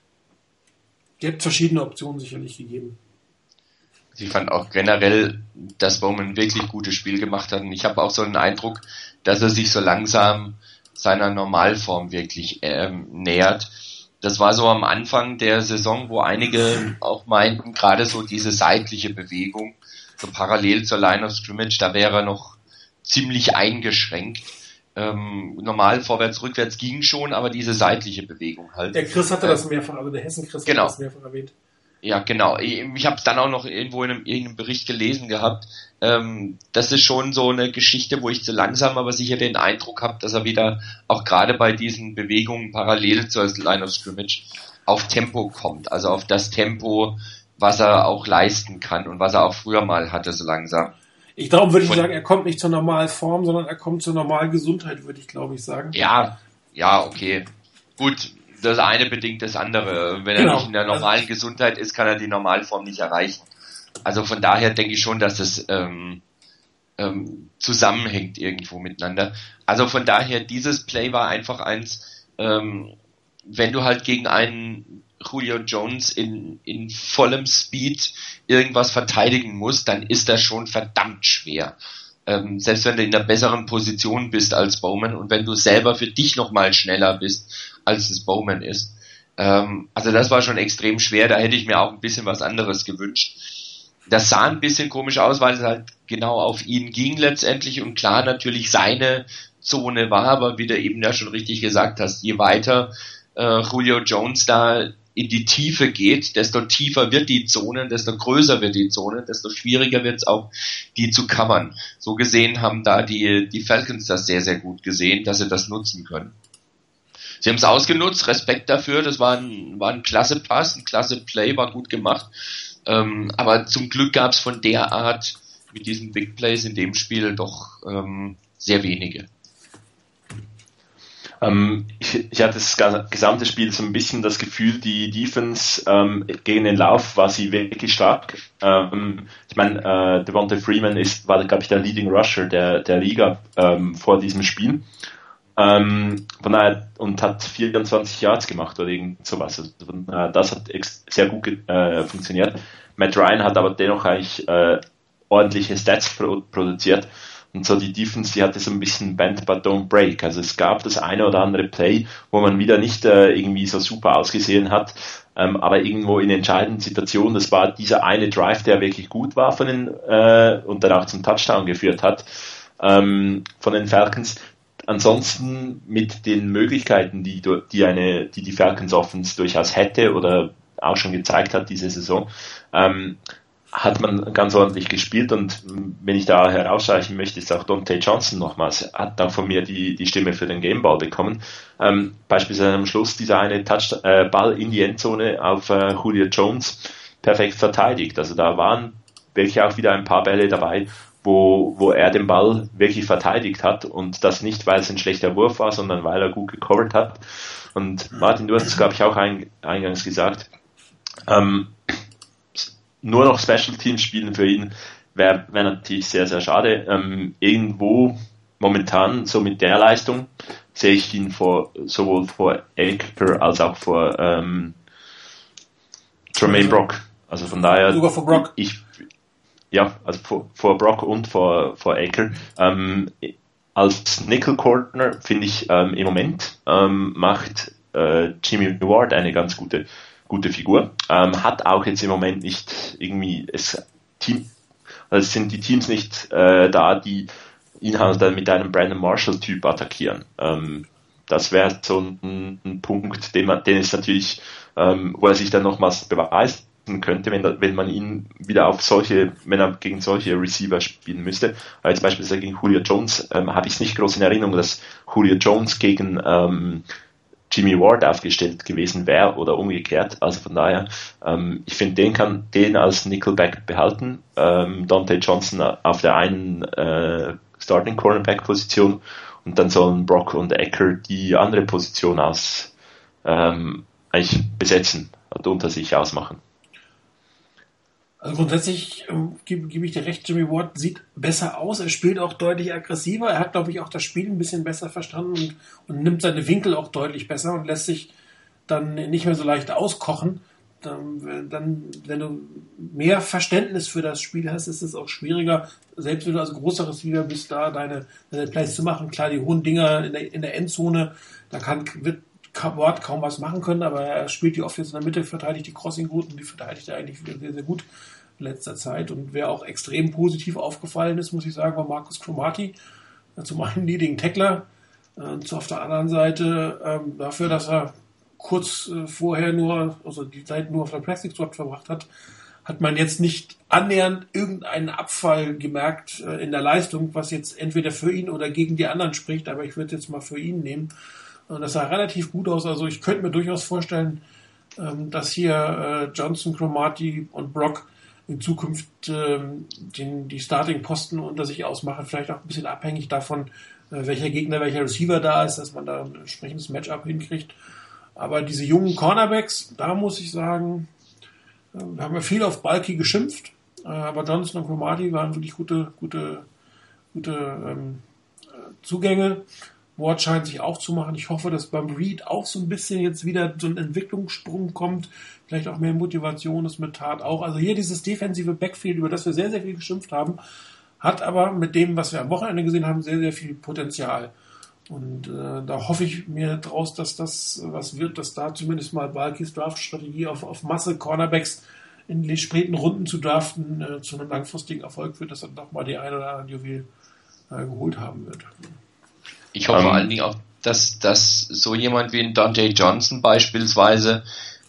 Ihr habt verschiedene Optionen sicherlich gegeben. Ich fand auch generell, dass Bowman wirklich gutes Spiel gemacht hat. Und ich habe auch so einen Eindruck, dass er sich so langsam seiner Normalform wirklich nähert. Das war so am Anfang der Saison, wo einige auch meinten, gerade so diese seitliche Bewegung, so parallel zur Line of Scrimmage, da wäre er noch ziemlich eingeschränkt. Normal vorwärts, rückwärts ging schon, aber diese seitliche Bewegung halt. Der Chris hatte das mehrfach, also der Hessen-Chris genau. Hat das mehrfach erwähnt. Ja, genau. Ich habe es dann auch noch irgendwo in irgendeinem Bericht gelesen gehabt. Das ist schon so eine Geschichte, wo ich so langsam aber sicher den Eindruck habe, dass er wieder auch gerade bei diesen Bewegungen parallel zur Line of Scrimmage auf Tempo kommt. Also auf das Tempo, was er auch leisten kann und was er auch früher mal hatte, so langsam. Darum würde ich sagen, er kommt nicht zur normalen Form, sondern er kommt zur normalen Gesundheit, würde ich glaube ich sagen. Ja, okay. Gut. Das eine bedingt das andere. Wenn er nicht in der normalen Gesundheit ist, kann er die Normalform nicht erreichen. Also von daher denke ich schon, dass das zusammenhängt irgendwo miteinander. Also von daher, dieses Play war einfach eins, wenn du halt gegen einen Julio Jones in vollem Speed irgendwas verteidigen musst, dann ist das schon verdammt schwer. Selbst wenn du in einer besseren Position bist als Bowman und wenn du selber für dich nochmal schneller bist, als es Bowman ist. Also das war schon extrem schwer, da hätte ich mir auch ein bisschen was anderes gewünscht. Das sah ein bisschen komisch aus, weil es halt genau auf ihn ging letztendlich und klar natürlich seine Zone war, aber wie du eben ja schon richtig gesagt hast, je weiter Julio Jones da in die Tiefe geht, desto tiefer wird die Zone, desto größer wird die Zone, desto schwieriger wird es auch, die zu covern. So gesehen haben da die Falcons das sehr, sehr gut gesehen, dass sie das nutzen können. Sie haben es ausgenutzt, Respekt dafür, das war ein klasse Pass, ein klasse Play, war gut gemacht. Aber zum Glück gab es von der Art mit diesen Big Plays in dem Spiel doch sehr wenige. Ich hatte das gesamte Spiel so ein bisschen das Gefühl, die Defense gegen den Lauf war sie wirklich stark. Ich meine, Devonta Freeman war glaube ich, der Leading Rusher der Liga vor diesem Spiel. Und hat 24 Yards gemacht oder irgend sowas. Also, das hat sehr gut funktioniert. Matt Ryan hat aber dennoch eigentlich ordentliche Stats produziert. Und so die Defense, die hatte so ein bisschen Bend but don't break. Also es gab das eine oder andere Play, wo man wieder nicht irgendwie so super ausgesehen hat, aber irgendwo in entscheidenden Situationen, das war dieser eine Drive, der wirklich gut war von den und dann auch zum Touchdown geführt hat von den Falcons. Ansonsten mit den Möglichkeiten, die die Falcons Offense durchaus hätte oder auch schon gezeigt hat diese Saison, hat man ganz ordentlich gespielt und wenn ich da herausstreichen möchte, ist auch Dante Johnson nochmals, hat auch von mir die Stimme für den Gameball bekommen. Beispielsweise am Schluss dieser eine Ball in die Endzone auf Julio Jones perfekt verteidigt. Also da waren wirklich auch wieder ein paar Bälle dabei, wo er den Ball wirklich verteidigt hat und das nicht, weil es ein schlechter Wurf war, sondern weil er gut gecovert hat. Und Martin, du hast es, glaube ich, auch eingangs gesagt, nur noch Special Teams spielen für ihn wäre natürlich sehr, sehr schade. Irgendwo momentan, so mit der Leistung, sehe ich ihn sowohl vor Aker als auch vor Tremaine Brock. Also von daher... Sogar vor Brock. Also vor Brock und vor Aker. Als Nickel Corner finde ich im Moment macht Jimmy Ward eine ganz gute Figur. Hat auch jetzt im Moment nicht irgendwie es sind die Teams nicht da, die ihn halt dann mit einem Brandon Marshall-Typ attackieren. Das wäre so ein Punkt, den es natürlich, wo er sich dann nochmals beweisen könnte, wenn man ihn wieder wenn er gegen solche Receiver spielen müsste. Aber jetzt beispielsweise gegen Julio Jones habe ich es nicht groß in Erinnerung, dass Julio Jones gegen Jimmy Ward aufgestellt gewesen wäre oder umgekehrt. Also von daher, ich finde, den als Nickelback behalten. Dante Johnson auf der einen Starting Cornerback Position und dann sollen Brock und Ecker die andere Position eigentlich besetzen und unter sich ausmachen. Also grundsätzlich gebe ich dir recht, Jimmy Ward sieht besser aus, er spielt auch deutlich aggressiver, er hat, glaube ich, auch das Spiel ein bisschen besser verstanden und nimmt seine Winkel auch deutlich besser und lässt sich dann nicht mehr so leicht auskochen. Dann, wenn du mehr Verständnis für das Spiel hast, ist es auch schwieriger, selbst wenn du als großer Receiver bist, da deine Plays zu machen. Klar, die hohen Dinger in der Endzone, da wird Ward kaum was machen können, aber er spielt die oft jetzt in der Mitte, verteidigt die Crossing-Routen, die verteidigt er eigentlich wieder sehr, sehr gut in letzter Zeit. Und wer auch extrem positiv aufgefallen ist, muss ich sagen, war Marcus Cromartie, zum einen Leading Tackler, auf der anderen Seite dafür, dass er kurz vorher die Zeit nur auf der Practice Squad verbracht hat man jetzt nicht annähernd irgendeinen Abfall gemerkt in der Leistung, was jetzt entweder für ihn oder gegen die anderen spricht, aber ich würde jetzt mal für ihn nehmen. Das sah relativ gut aus. Also ich könnte mir durchaus vorstellen, dass hier Johnson, Cromartie und Brock in Zukunft die Starting-Posten unter sich ausmachen. Vielleicht auch ein bisschen abhängig davon, welcher Gegner, welcher Receiver da ist, dass man da ein entsprechendes Matchup hinkriegt. Aber diese jungen Cornerbacks, da muss ich sagen, haben wir viel auf Balky geschimpft. Aber Johnson und Cromartie waren wirklich gute Zugänge. Ward scheint sich auch zu machen. Ich hoffe, dass beim Reed auch so ein bisschen jetzt wieder so ein Entwicklungssprung kommt. Vielleicht auch mehr Motivation ist mit Tat auch. Also hier dieses defensive Backfield, über das wir sehr, sehr viel geschimpft haben, hat aber mit dem, was wir am Wochenende gesehen haben, sehr, sehr viel Potenzial. Und da hoffe ich mir draus, dass das was wird, dass da zumindest mal Balkys Draft-Strategie auf Masse Cornerbacks in den späten Runden zu draften zu einem langfristigen Erfolg führt, dass dann doch mal die ein oder andere Juwel geholt haben wird. Ich hoffe vor allen Dingen auch, dass so jemand wie ein Dante Johnson beispielsweise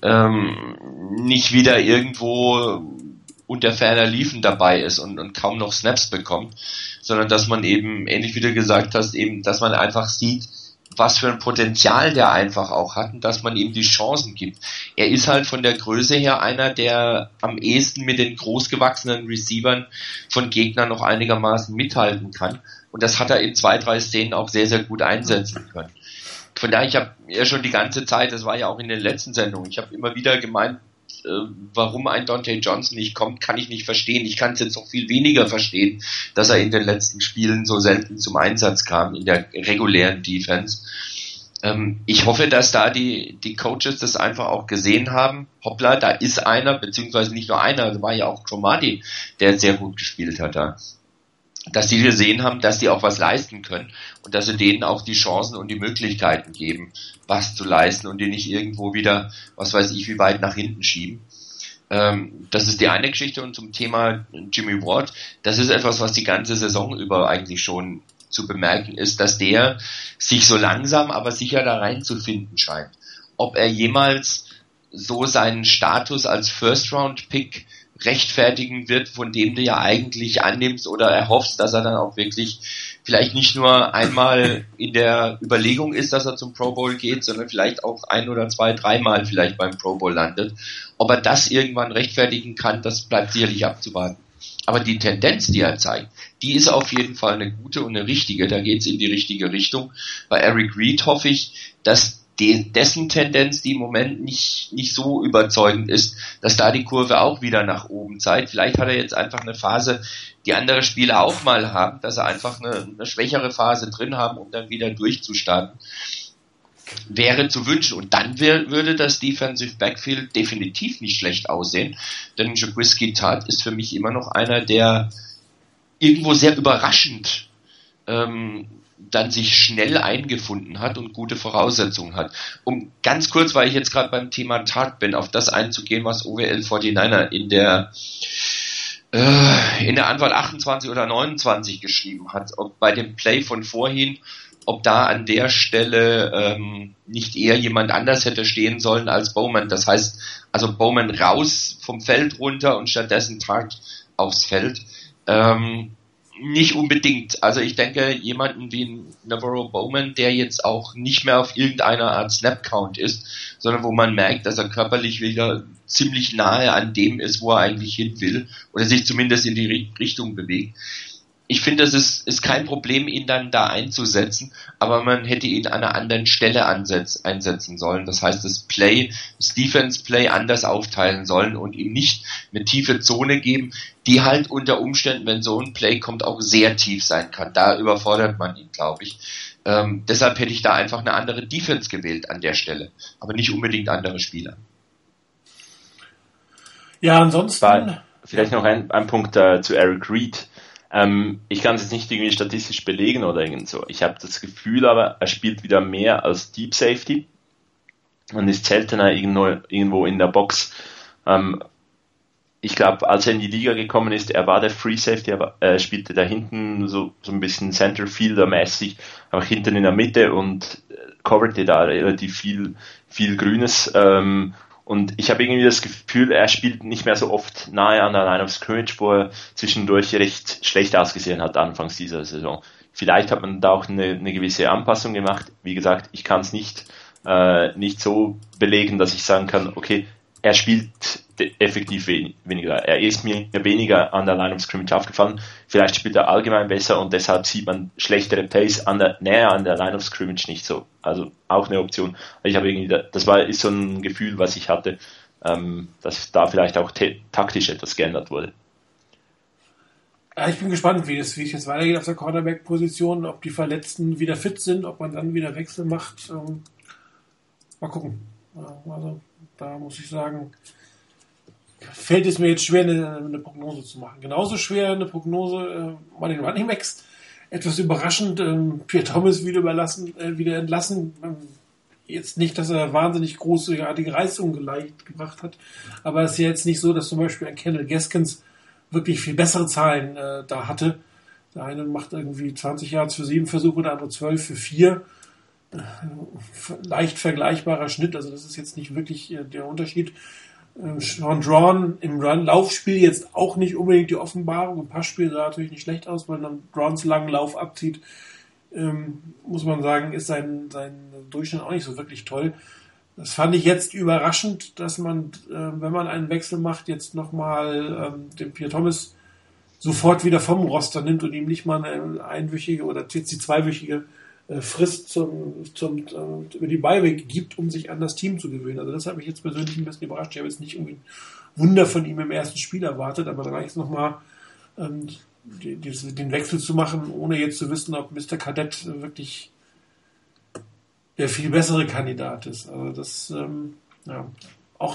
nicht wieder irgendwo unter ferner Liefen dabei ist und kaum noch Snaps bekommt, sondern dass man eben, ähnlich wie du gesagt hast, eben, dass man einfach sieht, was für ein Potenzial der einfach auch hat und dass man ihm die Chancen gibt. Er ist halt von der Größe her einer, der am ehesten mit den großgewachsenen Receivern von Gegnern noch einigermaßen mithalten kann. Und das hat er in 2-3 Szenen auch sehr, sehr gut einsetzen können. Von daher, ich habe ja schon die ganze Zeit, das war ja auch in den letzten Sendungen, ich habe immer wieder gemeint, warum ein Dante Johnson nicht kommt, kann ich nicht verstehen. Ich kann es jetzt noch viel weniger verstehen, dass er in den letzten Spielen so selten zum Einsatz kam in der regulären Defense. Ich hoffe, dass da die Coaches das einfach auch gesehen haben. Hoppla, da ist einer, beziehungsweise nicht nur einer, da war ja auch Cromartie, der sehr gut gespielt hat da. Dass die gesehen haben, dass die auch was leisten können und dass sie denen auch die Chancen und die Möglichkeiten geben, was zu leisten und die nicht irgendwo wieder, was weiß ich, wie weit nach hinten schieben. Das ist die eine Geschichte. Und zum Thema Jimmy Ward, das ist etwas, was die ganze Saison über eigentlich schon zu bemerken ist, dass der sich so langsam, aber sicher da reinzufinden scheint. Ob er jemals so seinen Status als First-Round-Pick rechtfertigen wird, von dem du ja eigentlich annimmst oder erhoffst, dass er dann auch wirklich vielleicht nicht nur einmal in der Überlegung ist, dass er zum Pro Bowl geht, sondern vielleicht auch 1 oder 2, 3 Mal vielleicht beim Pro Bowl landet. Ob er das irgendwann rechtfertigen kann, das bleibt sicherlich abzuwarten. Aber die Tendenz, die er zeigt, die ist auf jeden Fall eine gute und eine richtige. Da geht es in die richtige Richtung. Bei Eric Reed hoffe ich, dass dessen Tendenz, die im Moment nicht so überzeugend ist, dass da die Kurve auch wieder nach oben zeigt. Vielleicht hat er jetzt einfach eine Phase, die andere Spieler auch mal haben, dass sie einfach eine schwächere Phase drin haben, um dann wieder durchzustarten. Wäre zu wünschen. Und dann würde das Defensive Backfield definitiv nicht schlecht aussehen. Denn Jaquiski Tartt ist für mich immer noch einer, der irgendwo sehr überraschend dann sich schnell eingefunden hat und gute Voraussetzungen hat. Um ganz kurz, weil ich jetzt gerade beim Thema Tartt bin, auf das einzugehen, was OWL 49er in der Antwort 28 oder 29 geschrieben hat, ob bei dem Play von vorhin, ob da an der Stelle nicht eher jemand anders hätte stehen sollen als Bowman. Das heißt, also Bowman raus vom Feld runter und stattdessen Tartt aufs Feld. Nicht unbedingt. Also ich denke, jemanden wie Navarro Bowman, der jetzt auch nicht mehr auf irgendeiner Art Snap-Count ist, sondern wo man merkt, dass er körperlich wieder ziemlich nahe an dem ist, wo er eigentlich hin will, oder sich zumindest in die Richtung bewegt. Ich finde, es ist kein Problem, ihn dann da einzusetzen, aber man hätte ihn an einer anderen Stelle einsetzen sollen. Das heißt, das Defense-Play anders aufteilen sollen und ihm nicht eine tiefe Zone geben, die halt unter Umständen, wenn so ein Play kommt, auch sehr tief sein kann. Da überfordert man ihn, glaube ich. Deshalb hätte ich da einfach eine andere Defense gewählt an der Stelle, aber nicht unbedingt andere Spieler. Ja, ansonsten... Vielleicht noch ein Punkt zu Eric Reid. Ich kann es jetzt nicht irgendwie statistisch belegen oder irgend so. Ich habe das Gefühl, aber er spielt wieder mehr als Deep Safety und ist seltener irgendwo in der Box. Ich glaube, als er in die Liga gekommen ist, er war der Free Safety, aber er spielte da hinten so ein bisschen Center Fielder mäßig, auch hinten in der Mitte und coverte da relativ viel Grünes. Und ich habe irgendwie das Gefühl, er spielt nicht mehr so oft nahe an der Line of Scrimmage, wo er zwischendurch recht schlecht ausgesehen hat anfangs dieser Saison. Vielleicht hat man da auch eine gewisse Anpassung gemacht. Wie gesagt, ich kann es nicht so belegen, dass ich sagen kann, okay, er spielt effektiv weniger. Er ist mir weniger an der Line of Scrimmage aufgefallen. Vielleicht spielt er allgemein besser und deshalb sieht man schlechtere Plays näher an der Line of Scrimmage nicht so. Also auch eine Option. Ich habe irgendwie, ist so ein Gefühl, was ich hatte, dass da vielleicht auch taktisch etwas geändert wurde. Ja, ich bin gespannt, wie es jetzt weitergeht auf der Cornerback-Position, ob die Verletzten wieder fit sind, ob man dann wieder Wechsel macht. Mal gucken. Also da muss ich sagen, fällt es mir jetzt schwer, eine Prognose zu machen. Genauso schwer eine Prognose bei den Running Backs. Etwas überraschend, Pierre Thomas wieder entlassen. Jetzt nicht, dass er wahnsinnig großartige Leistungen gebracht hat, aber es ist ja jetzt nicht so, dass zum Beispiel ein Kendall Gaskins wirklich viel bessere Zahlen da hatte. Der eine macht irgendwie 20 Yards für 7 Versuche, der andere 12 für 4. Leicht vergleichbarer Schnitt, also das ist jetzt nicht wirklich der Unterschied. Sean Drawn im Laufspiel jetzt auch nicht unbedingt die Offenbarung. Im Passspiel sah natürlich nicht schlecht aus, weil dann Drawns langen Lauf abzieht. Muss man sagen, ist sein Durchschnitt auch nicht so wirklich toll. Das fand ich jetzt überraschend, dass man, wenn man einen Wechsel macht, jetzt nochmal den Pierre Thomas sofort wieder vom Roster nimmt und ihm nicht mal eine einwöchige oder jetzt die zweiwöchige Frist über die Bye-Week gibt, um sich an das Team zu gewöhnen. Also das hat mich jetzt persönlich ein bisschen überrascht. Ich habe jetzt nicht irgendwie ein Wunder von ihm im ersten Spiel erwartet, aber dann jetzt nochmal den Wechsel zu machen, ohne jetzt zu wissen, ob Mr. Kadett wirklich der viel bessere Kandidat ist. Also das, auch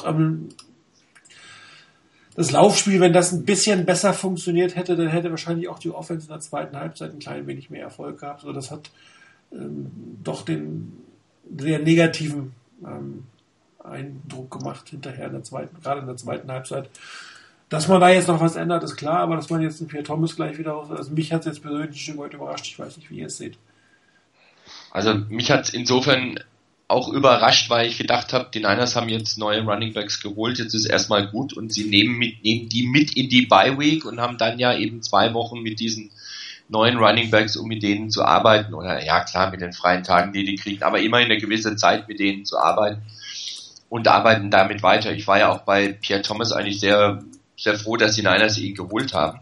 das Laufspiel, wenn das ein bisschen besser funktioniert hätte, dann hätte wahrscheinlich auch die Offense in der zweiten Halbzeit ein klein wenig mehr Erfolg gehabt. Also das hat doch den sehr negativen Eindruck gemacht hinterher, gerade in der zweiten Halbzeit. Dass man da jetzt noch was ändert, ist klar, aber dass man jetzt den Pierre Thomas gleich wieder raus, also mich hat es jetzt persönlich ein Stück weit überrascht. Ich weiß nicht, wie ihr es seht. Also mich hat es insofern auch überrascht, weil ich gedacht habe, die Niners haben jetzt neue Runningbacks geholt, jetzt ist erstmal gut und sie nehmen die mit in die Bye-Week und haben dann ja eben 2 Wochen mit diesen neuen Runningbacks, um mit denen zu arbeiten, oder ja klar, mit den freien Tagen, die kriegen, aber immerhin eine gewisse Zeit mit denen zu arbeiten und arbeiten damit weiter. Ich war ja auch bei Pierre Thomas eigentlich sehr, sehr froh, dass die Niners ihn geholt haben.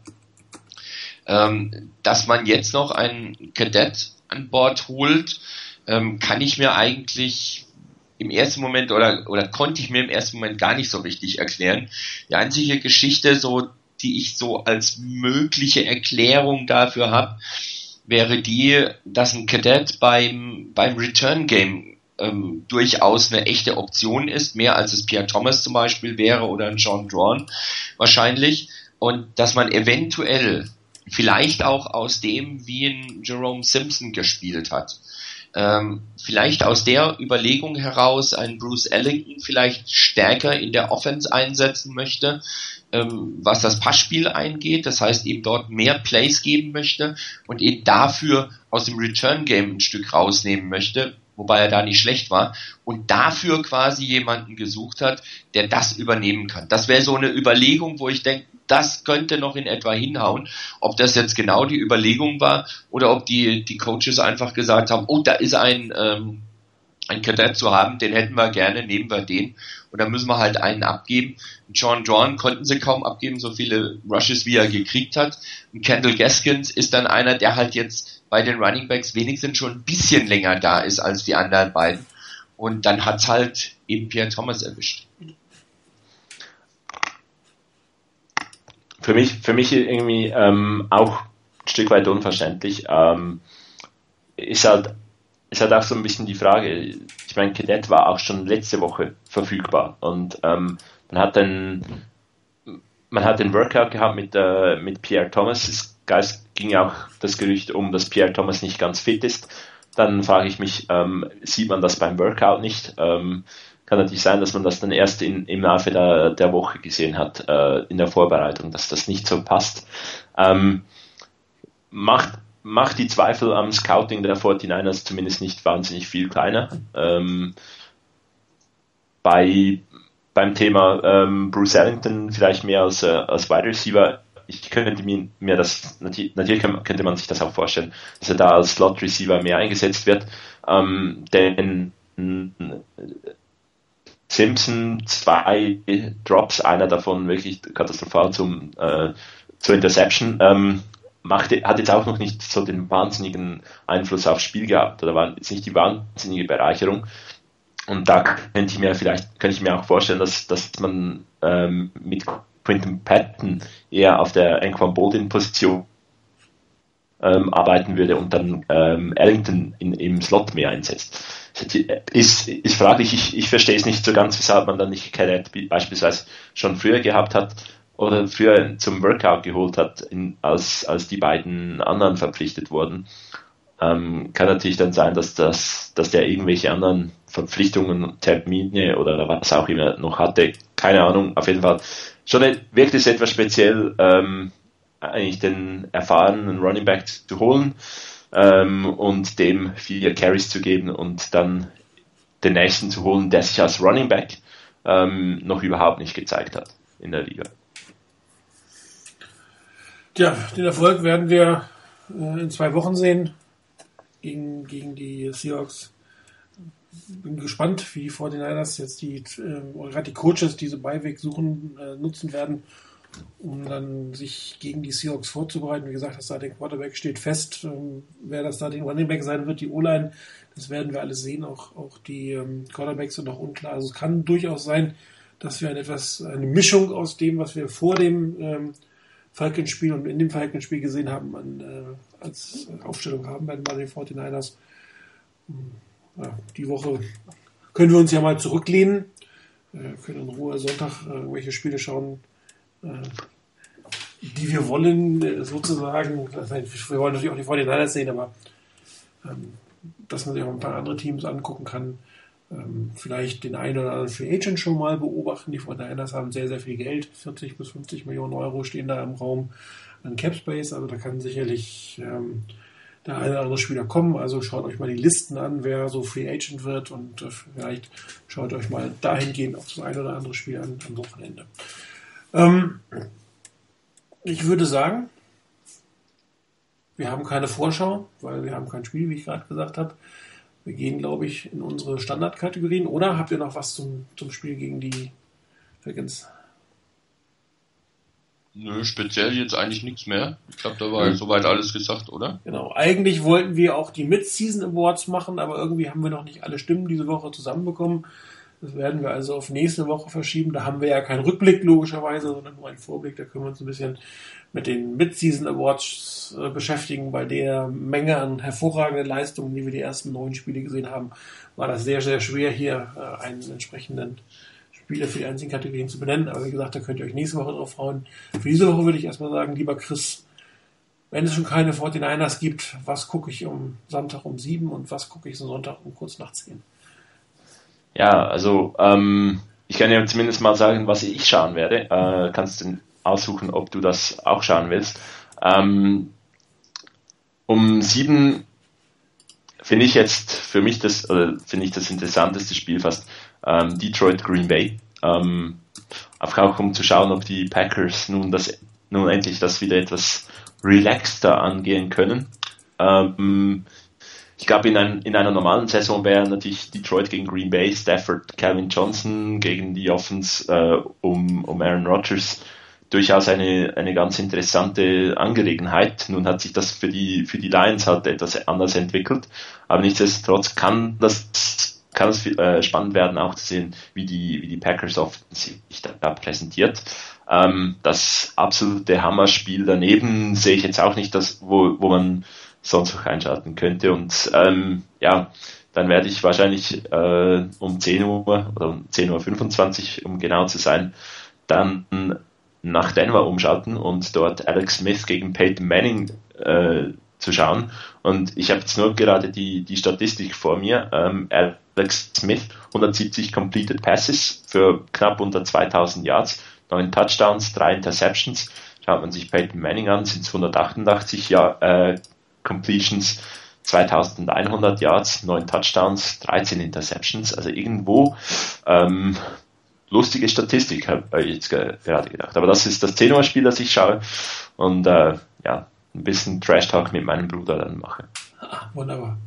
Dass man jetzt noch einen Kadett an Bord holt, kann ich mir eigentlich im ersten Moment oder konnte ich mir im ersten Moment gar nicht so richtig erklären. Die einzige Geschichte, so die ich so als mögliche Erklärung dafür habe, wäre die, dass ein Kadett beim Return Game durchaus eine echte Option ist, mehr als es Pierre Thomas zum Beispiel wäre oder ein Sean Drawn wahrscheinlich, und dass man eventuell vielleicht auch aus dem, wie ein Jerome Simpson gespielt hat, vielleicht aus der Überlegung heraus einen Bruce Ellington vielleicht stärker in der Offense einsetzen möchte, was das Passspiel eingeht, das heißt ihm dort mehr Plays geben möchte und ihn dafür aus dem Return Game ein Stück rausnehmen möchte, wobei er da nicht schlecht war, und dafür quasi jemanden gesucht hat, der das übernehmen kann. Das wäre so eine Überlegung, wo ich denke, das könnte noch in etwa hinhauen. Ob das jetzt genau die Überlegung war oder ob die Coaches einfach gesagt haben, oh, da ist ein Kadett zu haben, den hätten wir gerne, nehmen wir den. Und dann müssen wir halt einen abgeben. John konnten sie kaum abgeben, so viele Rushes, wie er gekriegt hat. Und Kendall Gaskins ist dann einer, der halt jetzt bei den Running Backs wenigstens schon ein bisschen länger da ist als die anderen beiden. Und dann hat's halt eben Pierre Thomas erwischt. Für mich irgendwie auch ein Stück weit unverständlich. Ist halt auch so ein bisschen die Frage. Ich meine, Cadet war auch schon letzte Woche verfügbar und man hat den Workout gehabt mit Pierre Thomas. Es ging auch das Gerücht um, dass Pierre Thomas nicht ganz fit ist. Dann frage ich mich, sieht man das beim Workout nicht? Kann natürlich sein, dass man das dann erst im Laufe der Woche gesehen hat, in der Vorbereitung, dass das nicht so passt. Macht die Zweifel am Scouting der 49ers zumindest nicht wahnsinnig viel kleiner. Beim Thema Bruce Ellington vielleicht mehr als Wide Receiver. Ich könnte mir das, natürlich könnte man sich das auch vorstellen, dass er da als Slot Receiver mehr eingesetzt wird, denn Simpson 2 Drops, einer davon wirklich katastrophal zur Interception, hat jetzt auch noch nicht so den wahnsinnigen Einfluss aufs Spiel gehabt, oder war jetzt nicht die wahnsinnige Bereicherung. Und da könnte ich mir auch vorstellen, dass man mit Quinton Patton eher auf der Anquan Boldin-Position arbeiten würde und dann Ellington im Slot mehr einsetzt. Ist fraglich, ich verstehe es nicht so ganz, weshalb man dann nicht Cadet beispielsweise schon früher gehabt hat oder früher zum Workout geholt hat, als die beiden anderen verpflichtet wurden. Kann natürlich dann sein, dass der irgendwelche anderen Verpflichtungen, Termine oder was auch immer noch hatte. Keine Ahnung, auf jeden Fall. Schon wirkt es etwas speziell, eigentlich den erfahrenen Running Back zu holen und dem 4 Carries zu geben und dann den nächsten zu holen, der sich als Running Back noch überhaupt nicht gezeigt hat in der Liga. Tja, den Erfolg werden wir in 2 Wochen sehen gegen die Seahawks. Bin gespannt, wie die 49ers jetzt gerade die Coaches diese Beiweg nutzen werden, um dann sich gegen die Seahawks vorzubereiten. Wie gesagt, das Starting Quarterback steht fest. Wer das Starting Running Back sein wird, die O-Line, das werden wir alles sehen. Auch die Quarterbacks sind noch unklar. Also es kann durchaus sein, dass wir eine Mischung aus dem, was wir vor dem Falcons-Spiel und in dem Falcons-Spiel gesehen haben, als Aufstellung haben werden bei den 49ers. Ja, die Woche können wir uns ja mal zurücklehnen, können in Ruhe Sonntag irgendwelche Spiele schauen, die wir wollen, sozusagen. Wir wollen natürlich auch die 49ers sehen, aber dass man sich auch ein paar andere Teams angucken kann, vielleicht den einen oder anderen Free Agent schon mal beobachten. Die 49ers haben sehr, sehr viel Geld, 40 bis 50 Millionen Euro stehen da im Raum an Cap Space, also da kann sicherlich der eine oder andere Spieler kommen, also schaut euch mal die Listen an, wer so Free Agent wird und vielleicht schaut euch mal dahingehend auch das eine oder andere Spiel an am Wochenende. Ich würde sagen, wir haben keine Vorschau, weil wir haben kein Spiel, wie ich gerade gesagt habe. Wir gehen, glaube ich, in unsere Standardkategorien. Oder habt ihr noch was zum Spiel gegen die Falcons? Nö, speziell jetzt eigentlich nichts mehr. Ich glaube, da war soweit alles gesagt, oder? Genau. Eigentlich wollten wir auch die Mid-Season Awards machen, aber irgendwie haben wir noch nicht alle Stimmen diese Woche zusammenbekommen. Das werden wir also auf nächste Woche verschieben. Da haben wir ja keinen Rückblick logischerweise, sondern nur einen Vorblick. Da können wir uns ein bisschen mit den Mid-Season Awards beschäftigen. Bei der Menge an hervorragenden Leistungen, die wir die ersten 9 Spiele gesehen haben, war das sehr, sehr schwer, hier einen entsprechenden Spieler für die einzelnen Kategorien zu benennen. Aber wie gesagt, da könnt ihr euch nächste Woche drauf freuen. Für diese Woche würde ich erstmal sagen, lieber Chris, wenn es schon keine 49ers gibt, was gucke ich um Sonntag um 7 und was gucke ich am Sonntag um kurz nach 10? Ja, also ich kann ja zumindest mal sagen, was ich schauen werde. Kannst du aussuchen, ob du das auch schauen willst. Um 7 finde ich jetzt für mich das interessanteste Spiel fast Detroit Green Bay. einfach auch um zu schauen, ob die Packers nun endlich das wieder etwas relaxter angehen können. Ich glaube, in einer normalen Saison wäre natürlich Detroit gegen Green Bay, Stafford, Calvin Johnson gegen die Offense um Aaron Rodgers durchaus eine ganz interessante Angelegenheit. Nun hat sich das für die Lions halt etwas anders entwickelt, aber nichtsdestotrotz kann es spannend werden, auch zu sehen, wie die Packers Offense sich da präsentiert. Das absolute Hammerspiel daneben sehe ich jetzt auch nicht, wo man sonst noch einschalten könnte. Und dann werde ich wahrscheinlich um 10 Uhr oder um 10:25 Uhr, um genau zu sein, dann nach Denver umschalten und dort Alex Smith gegen Peyton Manning zu schauen. Und ich habe jetzt nur gerade die Statistik vor mir. Alex Smith, 170 completed Passes für knapp unter 2000 Yards, 9 Touchdowns, 3 Interceptions. Schaut man sich Peyton Manning an, sind es 188 Completions, 2100 Yards, 9 Touchdowns, 13 Interceptions. Also irgendwo lustige Statistik, habe ich jetzt gerade gedacht. Aber das ist das 10 Uhr Spiel, das ich schaue und ein bisschen Trash-Talk mit meinem Bruder dann mache. Wunderbar.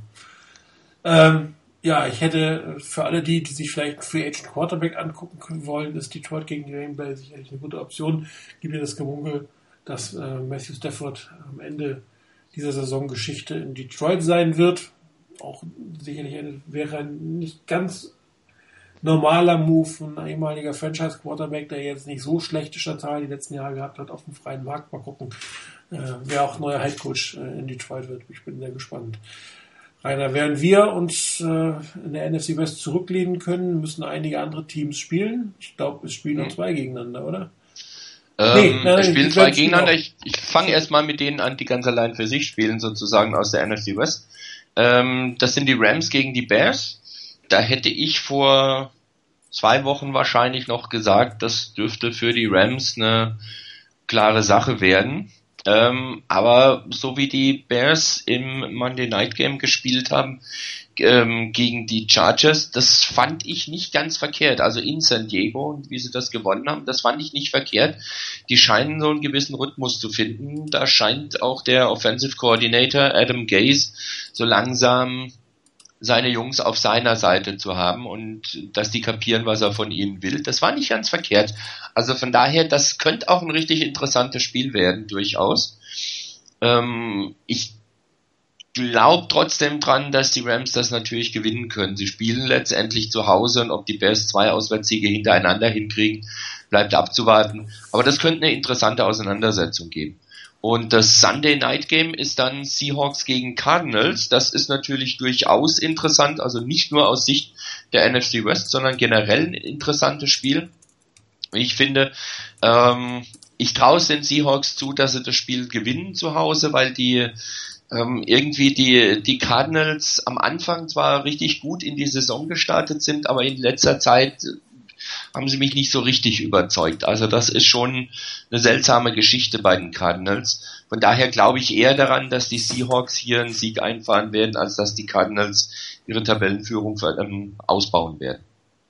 Ich hätte für alle die sich vielleicht Free Agent Quarterback angucken wollen, ist Detroit gegen Green Bay sicherlich eine gute Option. Gibt mir das Gewunkel, dass Matthew Stafford am Ende dieser Saisongeschichte in Detroit sein wird. Auch sicherlich wäre ein nicht ganz normaler Move, ein ehemaliger Franchise-Quarterback, der jetzt nicht so schlechte Stationen die letzten Jahre gehabt hat, auf dem freien Markt. Mal gucken, wer auch neuer Headcoach in Detroit wird. Ich bin sehr gespannt. Rainer, während wir uns in der NFC West zurücklehnen können, müssen einige andere Teams spielen. Ich glaube, es spielen noch 2 gegeneinander, oder? Es spielen 2 gegeneinander. Ich fange erstmal mit denen an, die ganz allein für sich spielen, sozusagen aus der NFC West. Das sind die Rams gegen die Bears. Da hätte ich vor 2 Wochen wahrscheinlich noch gesagt, das dürfte für die Rams eine klare Sache werden. Aber so wie die Bears im Monday Night Game gespielt haben gegen die Chargers, das fand ich nicht ganz verkehrt. Also in San Diego und wie sie das gewonnen haben, das fand ich nicht verkehrt. Die scheinen so einen gewissen Rhythmus zu finden. Da scheint auch der Offensive Coordinator Adam Gase so langsam seine Jungs auf seiner Seite zu haben und dass die kapieren, was er von ihnen will. Das war nicht ganz verkehrt. Also von daher, das könnte auch ein richtig interessantes Spiel werden, durchaus. Ich glaube trotzdem dran, dass die Rams das natürlich gewinnen können. Sie spielen letztendlich zu Hause und ob die Bears 2 Auswärtssiege hintereinander hinkriegen, bleibt abzuwarten. Aber das könnte eine interessante Auseinandersetzung geben. Und das Sunday Night Game ist dann Seahawks gegen Cardinals. Das ist natürlich durchaus interessant, also nicht nur aus Sicht der NFC West, sondern generell ein interessantes Spiel. Ich finde, ich traue es den Seahawks zu, dass sie das Spiel gewinnen zu Hause, weil die Cardinals am Anfang zwar richtig gut in die Saison gestartet sind, aber in letzter Zeit haben sie mich nicht so richtig überzeugt. Also das ist schon eine seltsame Geschichte bei den Cardinals. Von daher glaube ich eher daran, dass die Seahawks hier einen Sieg einfahren werden, als dass die Cardinals ihre Tabellenführung ausbauen werden.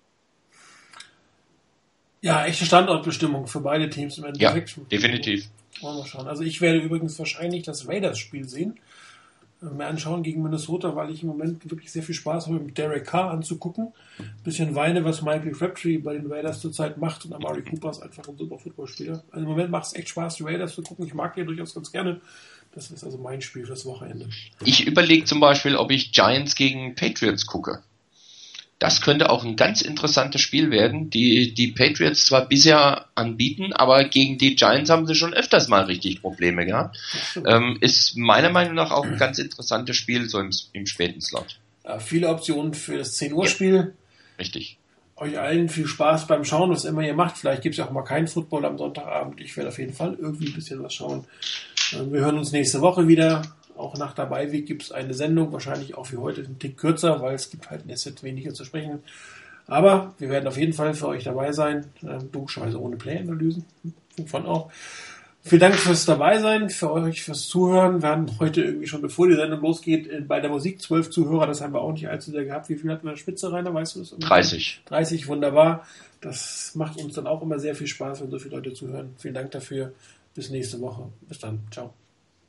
Ja, echte Standortbestimmung für beide Teams im Endeffekt. Ja, definitiv. Wollen wir schauen. Also ich werde übrigens wahrscheinlich das Raiders-Spiel sehen. Mir anschauen gegen Minnesota, weil ich im Moment wirklich sehr viel Spaß habe, mit Derek Carr anzugucken. Ein bisschen weine, was Michael Crabtree bei den Raiders zurzeit macht und Amari Cooper ist einfach ein super Footballspieler. Also im Moment macht es echt Spaß, die Raiders zu gucken. Ich mag die durchaus ganz gerne. Das ist also mein Spiel fürs Wochenende. Ich überlege zum Beispiel, ob ich Giants gegen Patriots gucke. Das könnte auch ein ganz interessantes Spiel werden. Die Patriots zwar bisher anbieten, aber gegen die Giants haben sie schon öfters mal richtig Probleme gehabt. Ist meiner Meinung nach auch ein ganz interessantes Spiel, so im späten Slot. Ja, viele Optionen für das 10 Uhr Spiel. Ja, richtig. Euch allen viel Spaß beim Schauen, was immer ihr macht. Vielleicht gibt es ja auch mal keinen Football am Sonntagabend. Ich werde auf jeden Fall irgendwie ein bisschen was schauen. Wir hören uns nächste Woche wieder. Auch nach der Beiweg gibt es eine Sendung, wahrscheinlich auch wie heute ein Tick kürzer, weil es gibt halt jetzt weniger zu sprechen. Aber wir werden auf jeden Fall für euch dabei sein, logischerweise ohne Play-Analysen, von auch. Vielen Dank fürs Dabeisein, für euch fürs Zuhören. Wir haben heute irgendwie schon, bevor die Sendung losgeht, bei der Musik 12 Zuhörer. Das haben wir auch nicht allzu sehr gehabt. Wie viel hatten wir in der Spitze, Rainer? Weißt du das? 30. 30, wunderbar. Das macht uns dann auch immer sehr viel Spaß, wenn so viele Leute zuhören. Vielen Dank dafür. Bis nächste Woche. Bis dann. Ciao.